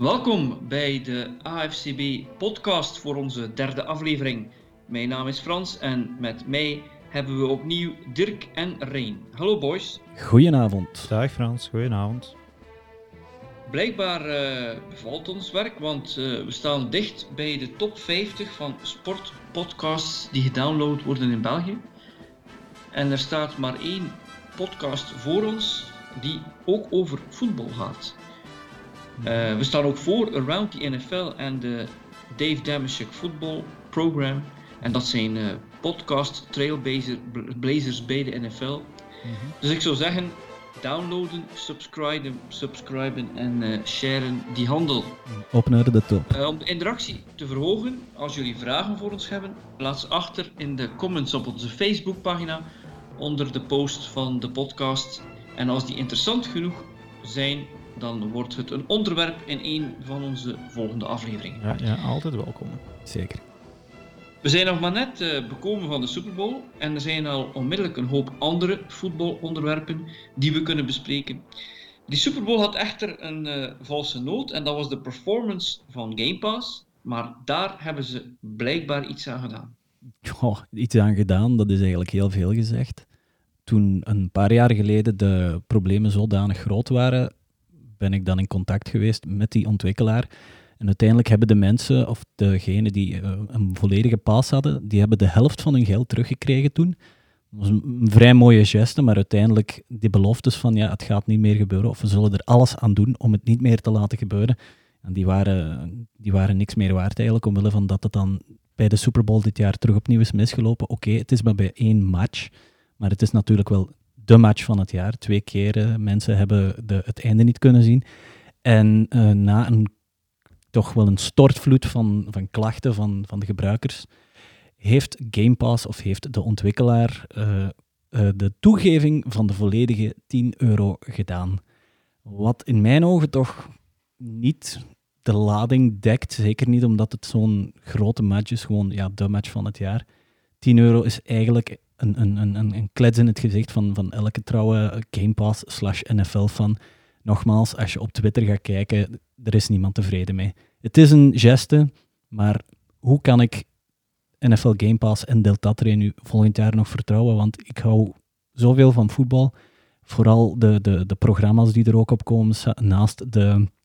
Welkom bij de AFCB-podcast voor onze derde aflevering. Mijn naam is Frans en met mij hebben we opnieuw Dirk en Rein. Hallo boys. Goedenavond. Dag Frans, goedenavond. Blijkbaar bevalt ons werk, want we staan dicht bij de top 50 van sportpodcasts die gedownload worden in België. En er staat maar één podcast voor ons die ook over voetbal gaat. We staan ook voor Around the NFL en de Dave Dameshek Football Program. En dat zijn podcast trailblazers bij de NFL. Dus ik zou zeggen, downloaden, subscriben en sharen die handel. Op naar de top. Om de interactie te verhogen, als jullie vragen voor ons hebben, laat ze achter in de comments op onze Facebookpagina onder de post van de podcast. En als die interessant genoeg zijn, dan wordt het een onderwerp in een van onze volgende afleveringen. Ja, altijd welkom. Zeker. We zijn nog maar net bekomen van de Super Bowl en er zijn al onmiddellijk een hoop andere voetbalonderwerpen die we kunnen bespreken. Die Super Bowl had echter een valse noot en dat was de performance van Game Pass, maar daar hebben ze blijkbaar iets aan gedaan. Iets aan gedaan, dat is eigenlijk heel veel gezegd. Toen een paar jaar geleden de problemen zodanig groot waren, ben ik dan in contact geweest met die ontwikkelaar. En uiteindelijk hebben de mensen, of degenen die een volledige pass hadden, die hebben de helft van hun geld teruggekregen toen. Dat was een vrij mooie geste, maar uiteindelijk die beloftes van ja, het gaat niet meer gebeuren, of we zullen er alles aan doen om het niet meer te laten gebeuren. En die waren niks meer waard eigenlijk, omwille van dat het dan bij de Super Bowl dit jaar terug opnieuw is misgelopen. Oké, het is maar bij één match, maar het is natuurlijk wel de match van het jaar. 2 keer mensen hebben het einde niet kunnen zien. En na toch wel een stortvloed van klachten van de gebruikers, heeft Game Pass of heeft de ontwikkelaar de toegeving van de volledige €10 gedaan. Wat in mijn ogen toch niet de lading dekt, zeker niet omdat het zo'n grote match is, gewoon ja, de match van het jaar. €10 is eigenlijk een klets in het gezicht van elke trouwe Game Pass/NFL-fan. Nogmaals, als je op Twitter gaat kijken, er is niemand tevreden mee. Het is een geste, maar hoe kan ik NFL Game Pass en Deltatre nu volgend jaar nog vertrouwen? Want ik hou zoveel van voetbal. Vooral de programma's die er ook op komen naast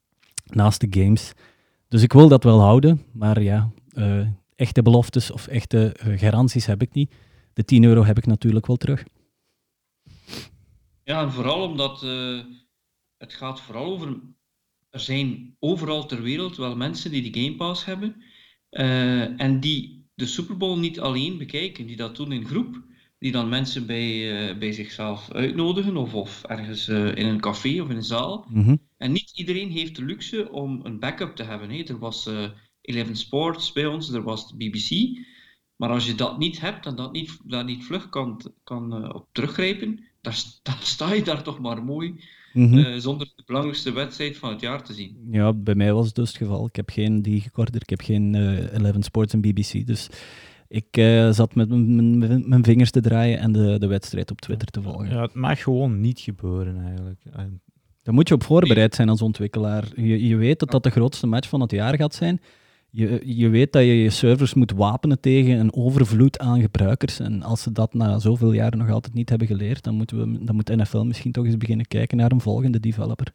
de games. Dus ik wil dat wel houden, maar ja, echte beloftes of echte garanties heb ik niet. De €10 heb ik natuurlijk wel terug. Ja, en vooral omdat het gaat vooral over... Er zijn overal ter wereld wel mensen die de Game Pass hebben en die de Super Bowl niet alleen bekijken, die dat doen in groep, die dan mensen bij zichzelf uitnodigen of ergens in een café of in een zaal. En niet iedereen heeft de luxe om een backup te hebben. Hè. Er was 11 Sports bij ons, er was de BBC. Maar als je dat niet hebt en dat niet vlug kan op teruggrijpen, dan sta je daar toch maar mooi zonder de belangrijkste wedstrijd van het jaar te zien. Ja, bij mij was het dus het geval. Ik heb geen digicorder, ik heb geen 11 Sports en BBC, dus ik zat met mijn vingers te draaien en de wedstrijd op Twitter te volgen. Ja, het mag gewoon niet gebeuren eigenlijk. Daar moet je op voorbereid zijn als ontwikkelaar. Je weet dat dat de grootste match van het jaar gaat zijn. Je weet dat je servers moet wapenen tegen een overvloed aan gebruikers. En als ze dat na zoveel jaren nog altijd niet hebben geleerd, dan moet NFL misschien toch eens beginnen kijken naar een volgende developer.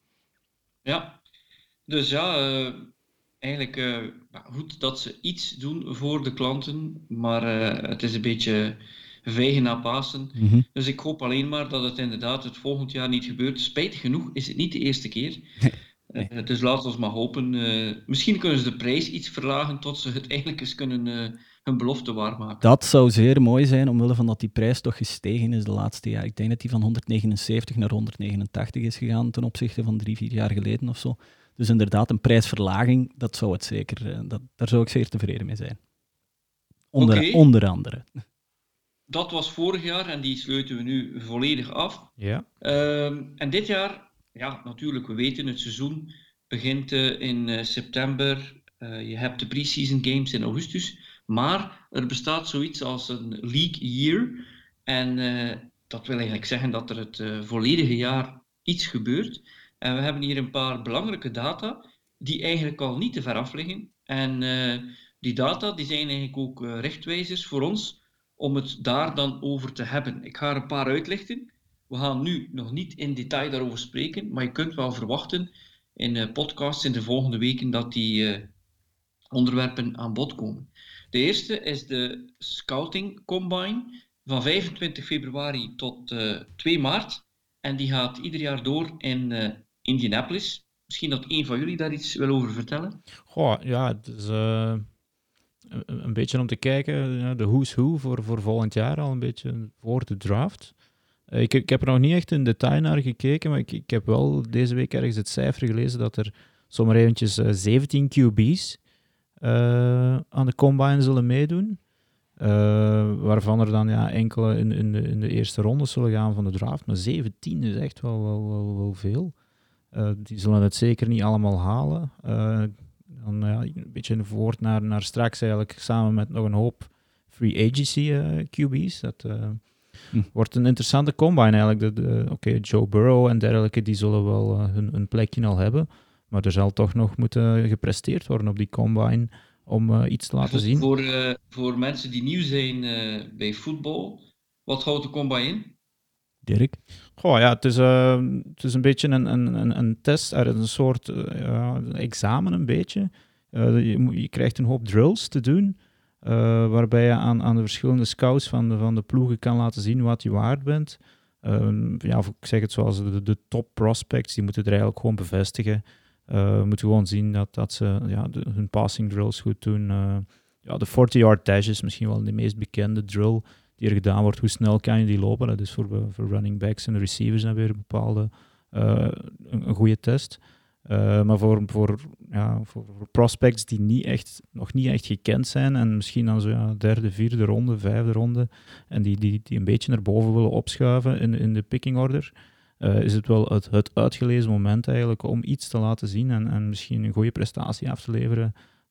Ja, dus ja, eigenlijk goed dat ze iets doen voor de klanten, maar het is een beetje vijgen na Pasen. Dus ik hoop alleen maar dat het inderdaad het volgend jaar niet gebeurt. Spijtig genoeg is het niet de eerste keer. Nee. Dus laten we maar hopen. Misschien kunnen ze de prijs iets verlagen tot ze het eigenlijk eens kunnen hun belofte waarmaken. Dat zou zeer mooi zijn, omwille van dat die prijs toch gestegen is de laatste jaar. Ik denk dat die van 179 naar 189 is gegaan ten opzichte van 3-4 jaar geleden of zo. Dus inderdaad, een prijsverlaging, dat zou het zeker, daar zou ik zeer tevreden mee zijn. Onder andere. Dat was vorig jaar en die sluiten we nu volledig af. Ja. En dit jaar... Ja, natuurlijk, we weten, het seizoen begint in september. Je hebt de pre-season games in augustus. Maar er bestaat zoiets als een league year. En dat wil eigenlijk zeggen dat er het volledige jaar iets gebeurt. En we hebben hier een paar belangrijke data die eigenlijk al niet te ver af liggen. En die data die zijn eigenlijk ook richtwijzers voor ons om het daar dan over te hebben. Ik ga er een paar uitlichten. We gaan nu nog niet in detail daarover spreken, maar je kunt wel verwachten in podcasts in de volgende weken dat die onderwerpen aan bod komen. De eerste is de Scouting Combine van 25 februari tot 2 maart. En die gaat ieder jaar door in Indianapolis. Misschien dat een van jullie daar iets wil over vertellen? Goh, ja, het is een beetje om te kijken, de who's who voor volgend jaar al een beetje voor de draft. Ik heb er nog niet echt in detail naar gekeken, maar ik heb wel deze week ergens het cijfer gelezen dat er zomaar eventjes 17 QB's aan de combine zullen meedoen. Waarvan er dan enkele in de eerste ronde zullen gaan van de draft. Maar 17 is echt wel veel. Die zullen het zeker niet allemaal halen. Dan een beetje voort naar straks eigenlijk, samen met nog een hoop free agency QB's. Dat wordt een interessante combine eigenlijk. Oké, Joe Burrow en dergelijke, die zullen wel hun plekje al hebben. Maar er zal toch nog moeten gepresteerd worden op die combine om iets te laten zien. Voor mensen die nieuw zijn bij voetbal, wat houdt de combine in? Dirk? Goh, ja, het is een beetje een test, een soort examen een beetje. Je krijgt een hoop drills te doen, waarbij je aan de verschillende scouts van de ploegen kan laten zien wat je waard bent. Of ik zeg het zoals de top prospects, die moeten er eigenlijk gewoon bevestigen. Moeten gewoon zien dat ze hun passing drills goed doen. De 40-yard dash is misschien wel de meest bekende drill die er gedaan wordt. Hoe snel kan je die lopen? Dat is voor running backs en receivers dan weer een bepaalde een goede test. Maar voor prospects die nog niet echt gekend zijn en misschien dan zo derde, vierde ronde, vijfde ronde en die een beetje naar boven willen opschuiven in de picking order, is het wel het uitgelezen moment eigenlijk om iets te laten zien en misschien een goede prestatie af te leveren,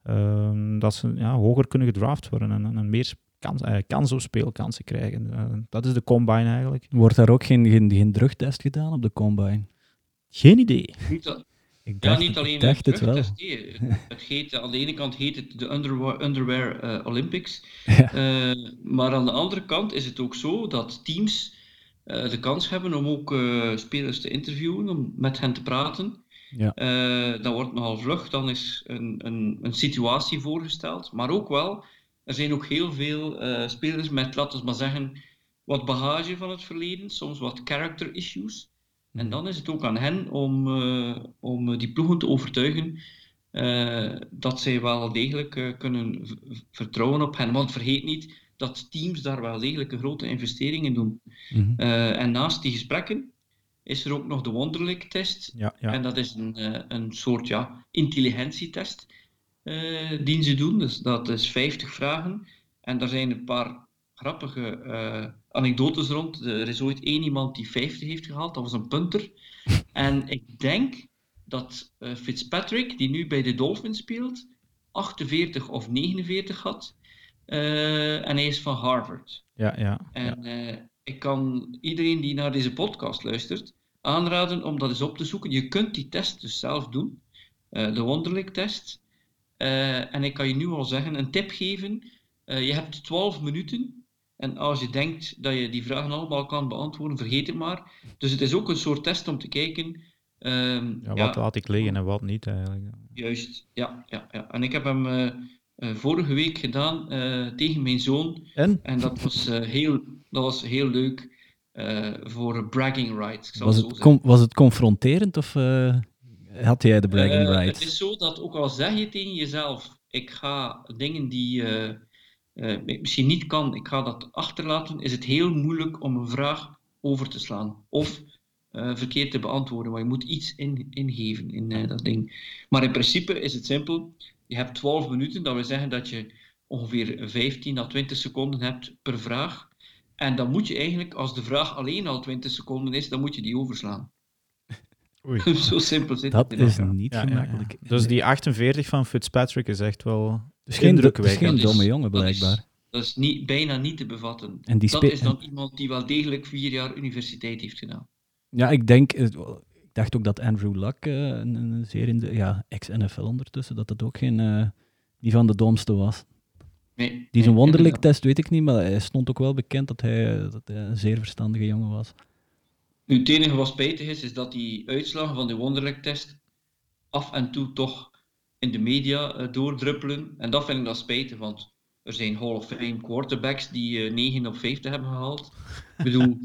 dat ze hoger kunnen gedraft worden en meer kans op speelkansen krijgen. Dat is de combine eigenlijk. Wordt daar ook geen drugtest gedaan op de combine? Geen idee. Ik dacht het wel. Aan de ene kant heet het de Underwear Olympics. Ja. Maar aan de andere kant is het ook zo dat teams de kans hebben om ook spelers te interviewen, om met hen te praten. Ja. Dan wordt nogal vlug, dan is een situatie voorgesteld. Maar ook wel, er zijn ook heel veel spelers met, laten we maar zeggen, wat bagage van het verleden, soms wat character issues. En dan is het ook aan hen om die ploegen te overtuigen dat zij wel degelijk kunnen vertrouwen op hen. Want vergeet niet dat teams daar wel degelijk een grote investering in doen. Mhm. En naast die gesprekken is er ook nog de Wonderlic-test. Ja. En dat is een soort intelligentietest die ze doen. Dus dat is 50 vragen. En daar zijn een paar grappige anekdotes rond. Er is ooit één iemand die 50 heeft gehaald. Dat was een punter. En ik denk dat Fitzpatrick, die nu bij de Dolphins speelt, 48 of 49 had. En hij is van Harvard. Ja. En ik kan iedereen die naar deze podcast luistert aanraden om dat eens op te zoeken. Je kunt die test dus zelf doen. De Wonderlic-test. En ik kan je nu al zeggen, een tip geven. Je hebt 12 minuten. En als je denkt dat je die vragen allemaal kan beantwoorden, vergeet het maar. Dus het is ook een soort test om te kijken. Wat laat ik liggen en wat niet eigenlijk. Juist, ja. En ik heb hem vorige week gedaan tegen mijn zoon. En? Dat was heel leuk voor bragging rights. Was het confronterend of had jij de bragging rights? Het is zo dat ook al zeg je tegen jezelf, ik ga dingen die ik misschien niet kan, ik ga dat achterlaten, is het heel moeilijk om een vraag over te slaan. Of verkeerd te beantwoorden, maar je moet iets ingeven in dat ding. Maar in principe is het simpel. Je hebt 12 minuten, dat wil zeggen dat je ongeveer 15 à 20 seconden hebt per vraag. En dan moet je eigenlijk, als de vraag alleen al 20 seconden is, dan moet je die overslaan. Oei. Zo simpel zit Dat het in is elkaar. niet gemakkelijk. Dus die 48 van Fitzpatrick is echt wel Dus geen indrukwekkend. domme jongen, blijkbaar. Dat is bijna niet te bevatten. En dat is dan iemand die wel degelijk 4 jaar universiteit heeft gedaan. Ja, ik denk dacht ook dat Andrew Luck, een zeer ex-NFL ondertussen, dat ook geen die van de domste was. Nee, Die zijn Wonderlic inderdaad. test weet ik niet, maar hij stond ook wel bekend dat hij een zeer verstandige jongen was. Nu, het enige wat spijtig is dat die uitslagen van de Wonderlic-test af en toe toch in de media doordruppelen. En dat vind ik dan spijtig, want er zijn Hall of Fame quarterbacks die 9 op 50 hebben gehaald. Ik bedoel,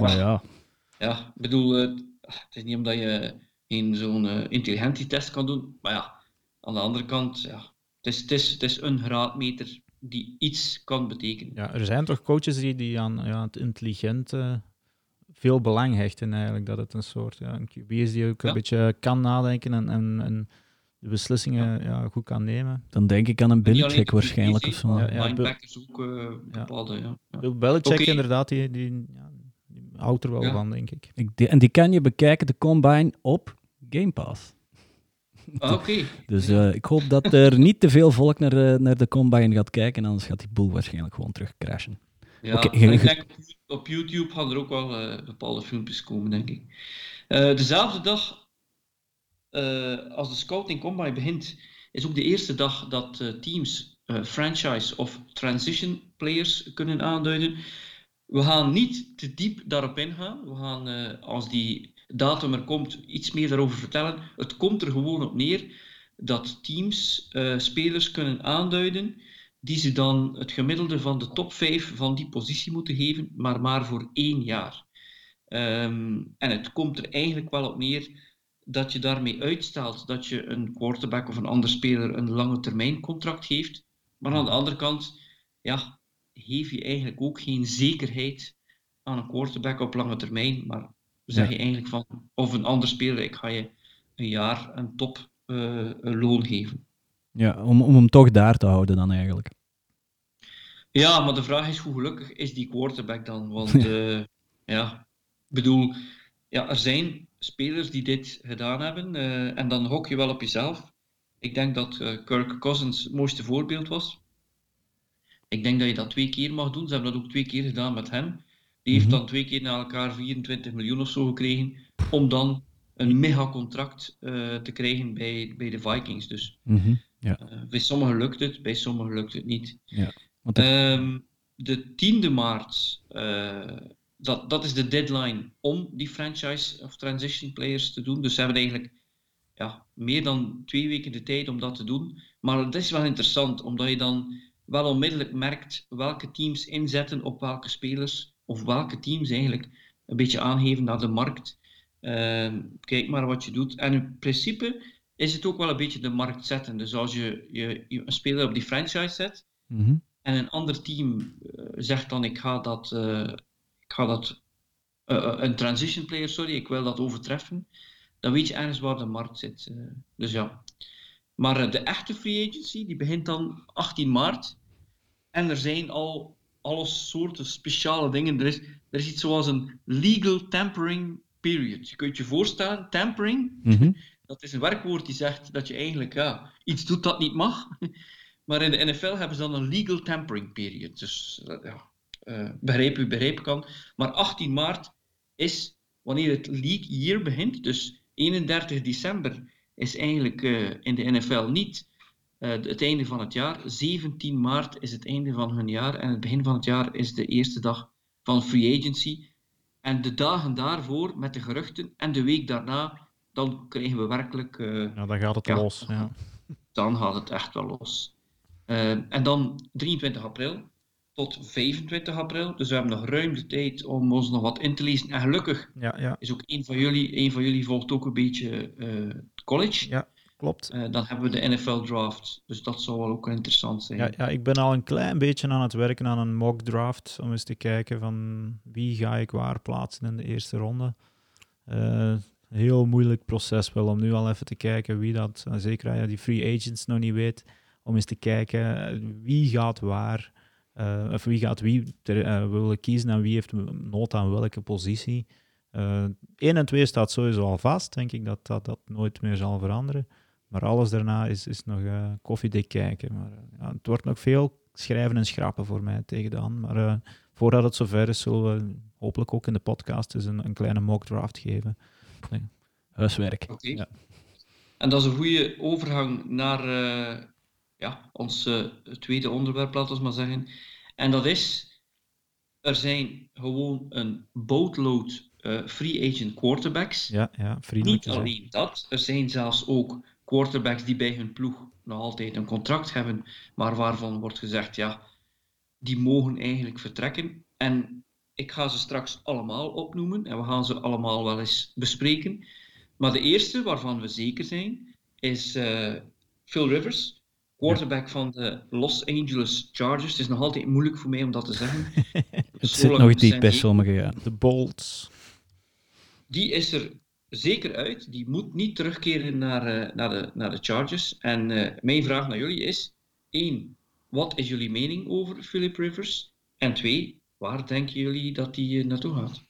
Ja. het is niet omdat je geen zo'n intelligentietest kan doen, maar ja, aan de andere kant, ja, het is een graadmeter die iets kan betekenen. Ja, er zijn toch coaches die aan het intelligente veel belang hechten eigenlijk. Dat het een soort een QB is die ook een beetje kan nadenken en de beslissingen goed kan nemen. Dan denk ik aan een En niet alleen Belichick de waarschijnlijk of QB's, zo. maar Ja, linebackers ook bepaalde. Ja. Bill Belichick Oké. inderdaad, die houdt er wel van, denk ik. En die kan je bekijken, de Combine, op Game Pass. Oké. Dus ik hoop dat er niet te veel volk naar de Combine gaat kijken, anders gaat die boel waarschijnlijk gewoon terug crashen. Ja, Oké, en ik denk op YouTube gaan er ook wel bepaalde filmpjes komen, denk ik. Dezelfde dag als de Scouting Combine begint, is ook de eerste dag dat teams franchise of transition players kunnen aanduiden. We gaan niet te diep daarop ingaan. We gaan, als die datum er komt, iets meer daarover vertellen. Het komt er gewoon op neer dat teams spelers kunnen aanduiden die ze dan het gemiddelde van de top 5 van die positie moeten geven, maar voor 1 jaar. En het komt er eigenlijk wel op neer dat je daarmee uitstelt dat je een quarterback of een andere speler een lange termijn contract geeft. Maar aan de andere kant, ja, geef je eigenlijk ook geen zekerheid aan een quarterback op lange termijn, maar zeg je eigenlijk van, of een andere speler, ik ga je een jaar een top loon geven. Ja, om hem toch daar te houden dan eigenlijk. Ja, maar de vraag is, hoe gelukkig is die quarterback dan? Want bedoel, er zijn spelers die dit gedaan hebben en dan hok je wel op jezelf. Ik denk dat Kirk Cousins het mooiste voorbeeld was. Ik denk dat je dat 2 keer mag doen. Ze hebben dat ook 2 keer gedaan met hem. Die heeft dan 2 keer na elkaar 24 miljoen of zo gekregen, om dan een megacontract te krijgen bij de Vikings. Dus bij sommigen lukt het, bij sommigen lukt het niet. Ja. De 10e maart, dat is de deadline om die franchise of transition players te doen. Dus ze hebben eigenlijk meer dan 2 weken de tijd om dat te doen. Maar het is wel interessant, omdat je dan wel onmiddellijk merkt welke teams inzetten op welke spelers, of welke teams eigenlijk een beetje aangeven naar de markt. Kijk maar wat je doet. En in principe is het ook wel een beetje de markt zetten. Dus als je een speler op die franchise zet, en een ander team zegt dan ik ga dat een transition player, ik wil dat overtreffen, dan weet je ergens waar de markt zit. Dus ja. Maar de echte free agency die begint dan 18 maart. En er zijn al alle soorten speciale dingen. Er is iets zoals een legal tampering period. Je kunt je voorstellen, tampering, dat is een werkwoord die zegt dat je eigenlijk iets doet dat niet mag. Maar in de NFL hebben ze dan een legal tampering period. Dus begrijp kan. Maar 18 maart is wanneer het league year begint. Dus 31 december is eigenlijk in de NFL niet het einde van het jaar. 17 maart is het einde van hun jaar. En het begin van het jaar is de eerste dag van free agency. En de dagen daarvoor, met de geruchten, en de week daarna, dan krijgen we werkelijk... dan gaat het los. Ja. Dan gaat het echt wel los. En dan 23 april tot 25 april. Dus we hebben nog ruim de tijd om ons nog wat in te lezen. En gelukkig is ook een van jullie volgt ook een beetje college. Ja, klopt. Dan hebben we de NFL draft. Dus dat zou wel ook interessant zijn. Ja, ik ben al een klein beetje aan het werken aan een mock draft. Om eens te kijken van wie ga ik waar plaatsen in de eerste ronde. Heel moeilijk proces wel om nu al even te kijken wie dat, zeker die free agents nog niet weet, om eens te kijken wie gaat waar, of wie gaat wie willen kiezen en wie heeft nood aan welke positie. 1 en 2 staat sowieso al vast, denk ik dat nooit meer zal veranderen. Maar alles daarna is nog koffiedik kijken. Maar het wordt nog veel schrijven en schrappen voor mij tegen dan. Maar voordat het zover is, zullen we hopelijk ook in de podcast eens een kleine mock draft geven. Huiswerk. Oké. Ja. En dat is een goede overgang naar ons tweede onderwerp, laten we maar zeggen. En dat is, er zijn gewoon een boatload free agent quarterbacks. Ja, vriendelijk Niet gezegd. alleen dat, er zijn zelfs ook quarterbacks die bij hun ploeg nog altijd een contract hebben, maar waarvan wordt gezegd, ja, die mogen eigenlijk vertrekken. En ik ga ze straks allemaal opnoemen en we gaan ze allemaal wel eens bespreken. Maar de eerste waarvan we zeker zijn, is Phil Rivers, quarterback van de Los Angeles Chargers. Het is nog altijd moeilijk voor mij om dat te zeggen. Het Zo zit lang nog in diep San bij Diego. sommigen, ja. De Bolts. Die is er zeker uit. Die moet niet terugkeren naar de Chargers. En mijn vraag naar jullie is: 1. Wat is jullie mening over Philip Rivers? En 2. Waar denken jullie dat hij naartoe gaat?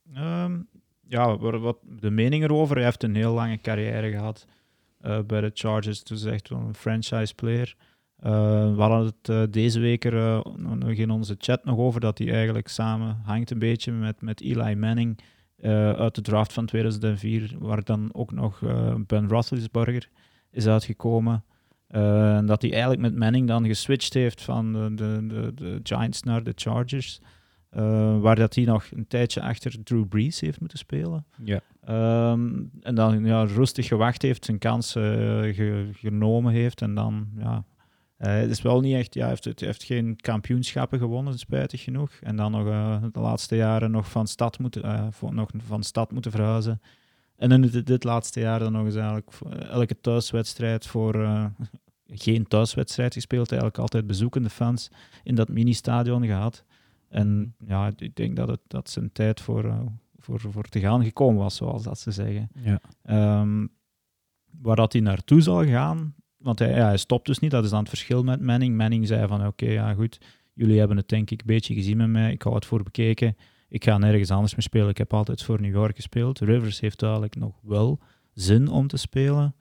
Wat de mening erover, hij heeft een heel lange carrière gehad bij de Chargers. Het is echt wel een franchise player. We hadden het deze week er nog in onze chat nog over, dat hij eigenlijk samen hangt een beetje met Eli Manning uit de draft van 2004, waar dan ook nog Ben Roethlisberger is uitgekomen. En dat hij eigenlijk met Manning dan geswitcht heeft van de Giants naar de Chargers. Waar dat hij nog een tijdje achter Drew Brees heeft moeten spelen. Ja. En dan rustig gewacht heeft, zijn kans genomen heeft. En dan, het is wel niet echt, hij heeft geen kampioenschappen gewonnen, spijtig genoeg. En dan nog de laatste jaren nog van stad moeten verhuizen. En in dit laatste jaar dan nog eens eigenlijk elke thuiswedstrijd geen thuiswedstrijd gespeeld, eigenlijk altijd bezoekende fans in dat mini-stadion gehad. En ja, ik denk dat zijn tijd voor te gaan gekomen was, zoals dat ze zeggen. Ja. Waar dat hij naartoe zal gaan, want hij stopt dus niet, dat is dan het verschil met Manning. Manning zei van oké, goed, jullie hebben het denk ik een beetje gezien met mij, ik hou het voor bekeken, ik ga nergens anders meer spelen, ik heb altijd voor New York gespeeld. Rivers heeft duidelijk nog wel zin om te spelen.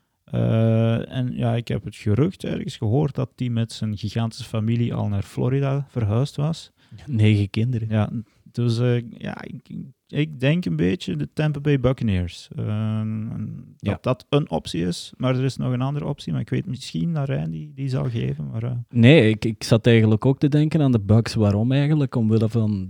Ik heb het gerucht ergens gehoord dat hij met zijn gigantische familie al naar Florida verhuisd was. 9 kinderen. Ja, dus ik denk een beetje de Tampa Bay Buccaneers. Dat een optie is, maar er is nog een andere optie. Maar ik weet misschien dat Rijn die zal geven. Maar, Nee, ik zat eigenlijk ook te denken aan de Bucks. Waarom eigenlijk? Omwille van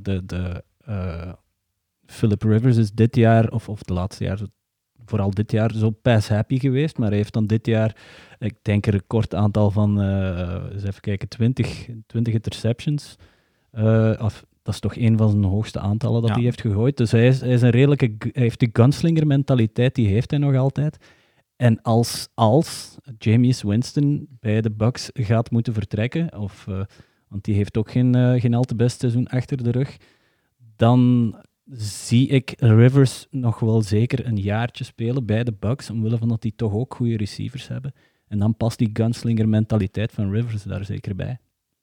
Philip Rivers is dit jaar, of de laatste jaar, vooral dit jaar, zo pass happy geweest. Maar hij heeft dan dit jaar, ik denk een record aantal van, eens even kijken, 20 interceptions. Dat is toch een van zijn hoogste aantallen dat hij heeft gegooid. Dus hij is een redelijke, hij heeft die gunslinger mentaliteit, die heeft hij nog altijd. En als Jameis Winston bij de Bucks gaat moeten vertrekken, want die heeft ook geen al te best seizoen achter de rug, dan zie ik Rivers nog wel zeker een jaartje spelen bij de Bucks, omwille van dat die toch ook goede receivers hebben. En dan past die gunslinger mentaliteit van Rivers daar zeker bij.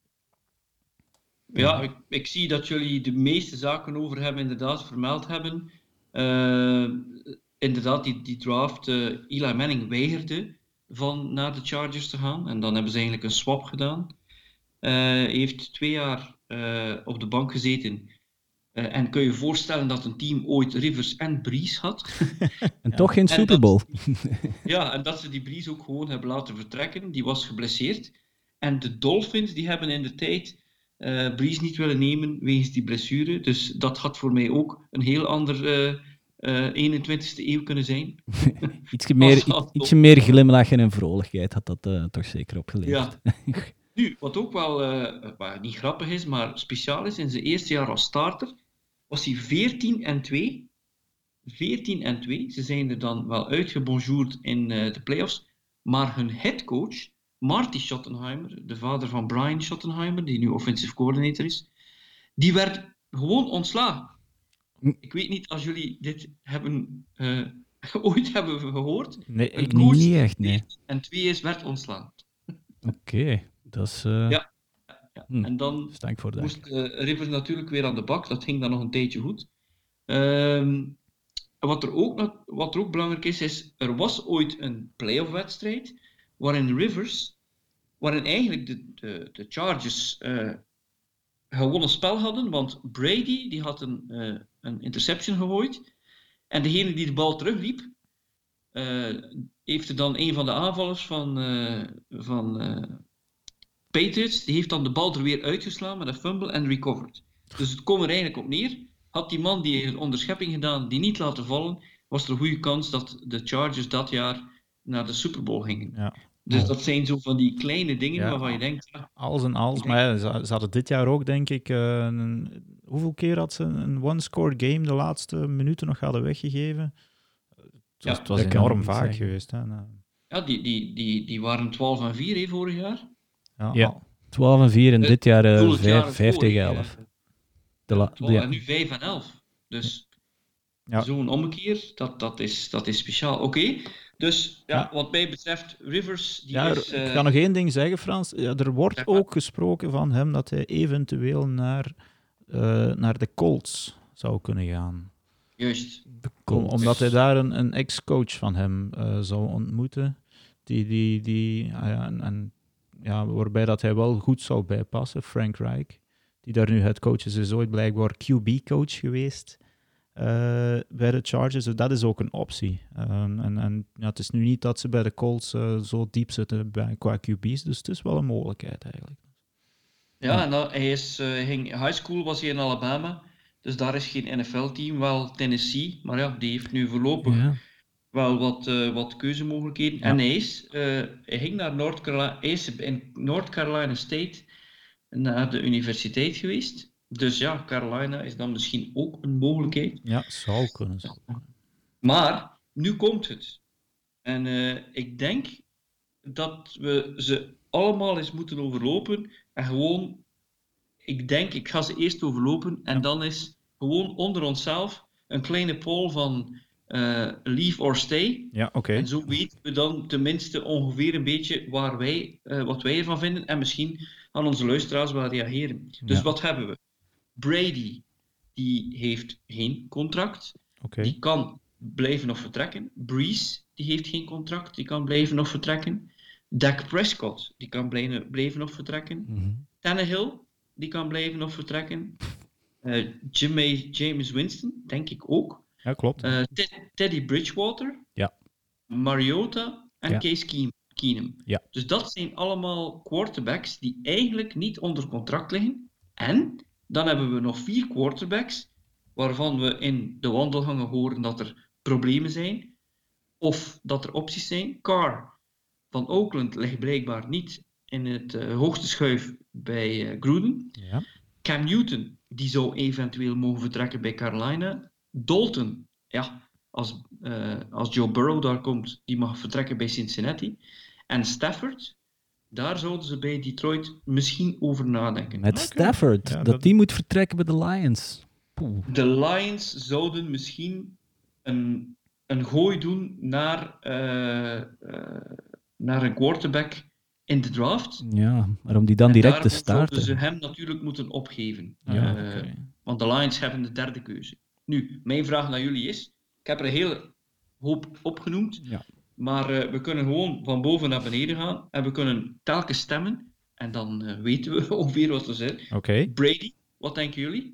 Ja, ik zie dat jullie de meeste zaken over hebben inderdaad vermeld hebben. Inderdaad, die draft, Eli Manning weigerde naar de Chargers te gaan. En dan hebben ze eigenlijk een swap gedaan. Hij heeft 2 jaar op de bank gezeten. En kun je je voorstellen dat een team ooit Rivers en Brees had? En toch geen Super Bowl. En dat ze die Brees ook gewoon hebben laten vertrekken. Die was geblesseerd. En de Dolphins die hebben in de tijd Brees niet willen nemen wegens die blessure. Dus dat had voor mij ook een heel ander 21ste eeuw kunnen zijn. Ietsje meer glimlachen en vrolijkheid had dat toch zeker opgeleverd. Ja. Nu, wat ook wel niet grappig is, maar speciaal is, in zijn eerste jaar als starter was hij 14-2. 14-2. Ze zijn er dan wel uitgebonjourd in de playoffs. Maar hun headcoach, Marty Schottenheimer, de vader van Brian Schottenheimer, die nu offensive coordinator is, die werd gewoon ontslagen. Ik weet niet als jullie dit ooit hebben gehoord. Nee, ik niet echt, nee. En 2 werd ontslagen. Oké, dat is... Ja. En dan moest Rivers natuurlijk weer aan de bak. Dat ging dan nog een tijdje goed. Wat er ook belangrijk is er was ooit een playoff-wedstrijd waarin eigenlijk de Chargers gewonnen spel hadden, want Brady die had een interception gegooid en degene die de bal terugliep, heeft er dan een van de aanvallers van Patriots, die heeft dan de bal er weer uitgeslaan met een fumble en recovered. Dus het komt er eigenlijk op neer. Had die man die een onderschepping gedaan, die niet laten vallen, was er een goede kans dat de Chargers dat jaar naar de Super Bowl gingen. Ja. Dus dat zijn zo van die kleine dingen waarvan je denkt... Ja, alles en alles. Maar ja, ze hadden dit jaar ook, denk ik... hoeveel keer had ze een one-score game de laatste minuten nog hadden weggegeven? Het was enorm vaak geweest. Hè? Ja, die waren 12-4 vorig jaar. Ja. 12-4 en dit jaar 5-11. En nu 5-11. Dus zo'n ommekeer, dat is speciaal. Oké. Dus wat mij betreft, Rivers... Ik ga nog één ding zeggen, Frans. Ja, er wordt ook gesproken van hem dat hij eventueel naar de Colts zou kunnen gaan. Juist. Omdat hij daar een ex-coach van hem zou ontmoeten. Waarbij dat hij wel goed zou bijpassen, Frank Reich. Die daar nu headcoach is ooit blijkbaar QB-coach geweest bij de Chargers. Dus dat is ook een optie. Het is nu niet dat ze bij de Colts zo diep zitten qua QB's, dus het is wel een mogelijkheid eigenlijk. Ja, en high school was hij in Alabama, dus daar is geen NFL-team, wel Tennessee, maar ja, die heeft nu voorlopig wel wat keuzemogelijkheden. Ja. En hij ging naar North Carolina State naar de universiteit geweest. Dus ja, Carolina is dan misschien ook een mogelijkheid. Ja, zou kunnen. Maar nu komt het. En ik denk dat we ze allemaal eens moeten overlopen. En gewoon, ik ga ze eerst overlopen. En dan is gewoon onder onszelf een kleine poll van leave or stay. Ja, oké. En zo weten we dan tenminste ongeveer een beetje wat wij ervan vinden. En misschien aan onze luisteraars wel reageren. Dus wat hebben we? Brady, die heeft geen contract. Okay. Die kan blijven of vertrekken. Breeze, die heeft geen contract. Die kan blijven of vertrekken. Dak Prescott, die kan blijven of vertrekken. Mm-hmm. Tannehill, die kan blijven of vertrekken. James Winston, denk ik ook. Ja, klopt. Teddy Bridgewater. Ja. Mariota en Case Keenum. Ja. Dus dat zijn allemaal quarterbacks die eigenlijk niet onder contract liggen. En dan hebben we nog 4 quarterbacks waarvan we in de wandelgangen horen dat er problemen zijn of dat er opties zijn. Carr van Oakland ligt blijkbaar niet in het hoogste schuif bij Gruden. Ja. Cam Newton, die zou eventueel mogen vertrekken bij Carolina. Dalton, ja, als Joe Burrow daar komt, die mag vertrekken bij Cincinnati. En Stafford, daar zouden ze bij Detroit misschien over nadenken. Met Stafford, ja, die moet vertrekken bij de Lions. Poeh. De Lions zouden misschien een gooi doen naar een quarterback in de draft. Ja, maar om die dan direct te starten. Zouden ze hem natuurlijk moeten opgeven. Ja, want de Lions hebben de derde keuze. Nu, mijn vraag naar jullie is, ik heb er een hele hoop opgenoemd, maar we kunnen gewoon van boven naar beneden gaan en we kunnen telkens stemmen en dan weten we ongeveer wat er zit. Okay. Brady, wat denken jullie?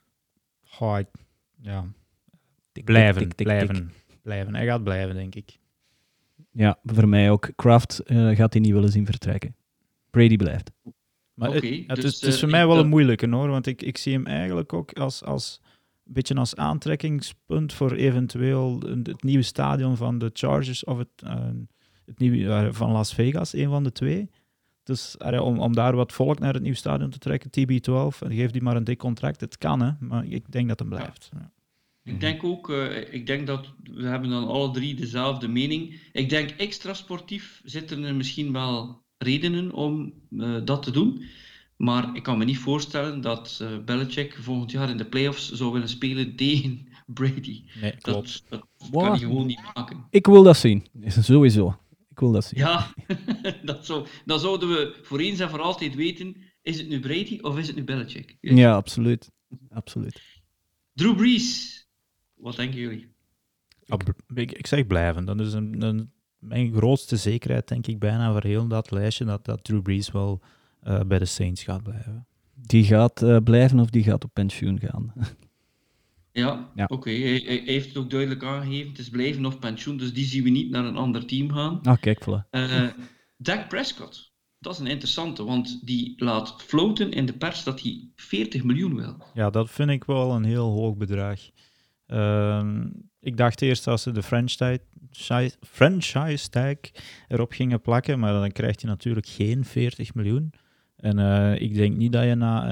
Blijven. Hij gaat blijven, denk ik. Ja, voor mij ook. Kraft gaat hij niet willen zien vertrekken. Brady blijft. Maar het is voor mij wel een moeilijke, hoor. Want ik zie hem eigenlijk ook als een beetje als aantrekkingspunt voor eventueel het nieuwe stadion van de Chargers of het nieuwe van Las Vegas, een van de twee. Dus om daar wat volk naar het nieuwe stadion te trekken, TB12, en geef die maar een dik contract. Het kan, hè, maar ik denk dat het blijft. Ja. Ik denk ook, ik denk dat we hebben dan alle drie dezelfde mening. Ik denk extra sportief zitten er misschien wel redenen om dat te doen. Maar ik kan me niet voorstellen dat Belichick volgend jaar in de playoffs zou willen spelen tegen Brady. Nee, klopt. Dat kan hij gewoon niet maken. Ik wil dat zien, sowieso. Ik wil dat zien. Ja, dan zouden we voor eens en voor altijd weten, is het nu Brady of is het nu Belichick? Ja, absoluut. Drew Brees, wat denken jullie? Ik zeg blijven. Dat is mijn grootste zekerheid, denk ik, bijna voor heel dat lijstje, dat Drew Brees wel bij de Saints gaat blijven. Die gaat blijven of die gaat op pensioen gaan? Ja, Ja. oké. Hij heeft het ook duidelijk aangegeven. Het is blijven of pensioen, dus die zien we niet naar een ander team gaan. Ah, kijk, voilà. Dak Prescott, dat is een interessante, want die laat floten in de pers dat hij 40 miljoen wil. Ja, dat vind ik wel een heel hoog bedrag. Ik dacht eerst als ze de franchise tag erop gingen plakken, maar dan krijgt hij natuurlijk geen 40 miljoen. En ik denk niet dat je na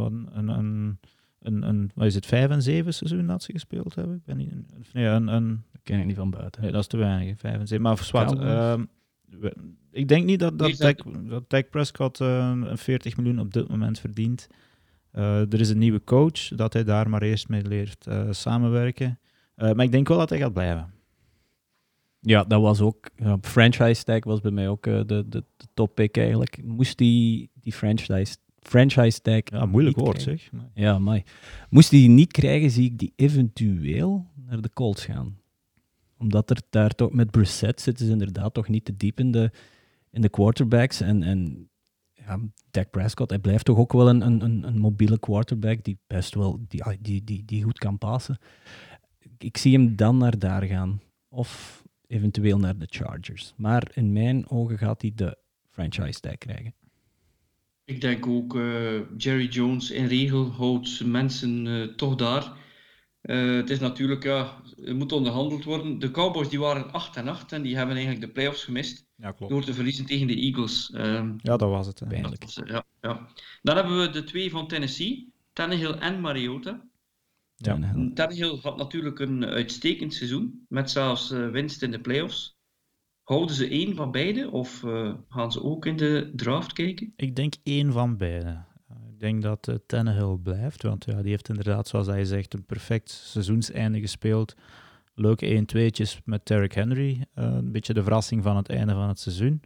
een wat is het, 5 en 7 seizoen dat ze gespeeld hebben? Ik ben niet, Dat ken ik niet van buiten. nee, dat is te weinig, 5 en 7. Maar zwart, Cowboys? ik denk niet dat Nee, Dak Prescott een 40 miljoen op dit moment verdient. Er is een nieuwe coach, dat hij daar maar eerst mee leert samenwerken. Maar ik denk wel dat hij gaat blijven. Ja, dat was ook... franchise tag was bij mij ook de top pick eigenlijk. Moest die franchise tag Ja, moeilijk niet woord krijgen. zeg. Maar Ja, amai. Moest die niet krijgen, zie ik die eventueel naar de Colts gaan. Omdat er daar toch... Met Brissett zitten ze inderdaad toch niet te diep in de quarterbacks. En ja, Dak Prescott, hij blijft toch ook wel een mobiele quarterback die best wel... Die goed kan passen. Ik zie hem dan naar daar gaan. Of eventueel naar de Chargers. Maar in mijn ogen gaat hij de franchise tag krijgen. Ik denk ook Jerry Jones in regel houdt mensen toch daar. Het is natuurlijk, ja, het moet onderhandeld worden. De Cowboys die waren 8-8 en die hebben eigenlijk de playoffs gemist ja, klopt. door te verliezen tegen de Eagles. Ja, dat was het. Hè. Pijnlijk. Ja. Dan hebben we de twee van Tennessee, Tannehill en Mariota. Ja. Tannehill had natuurlijk een uitstekend seizoen, met zelfs winst in de playoffs. Houden ze één van beide of gaan ze ook in de draft kijken? Ik denk één van beide. Ik denk dat Tannehill blijft, want ja, die heeft inderdaad, zoals hij zegt, een perfect seizoenseinde gespeeld. Leuke 1-2'tjes met Derrick Henry. Een beetje de verrassing van het einde van het seizoen.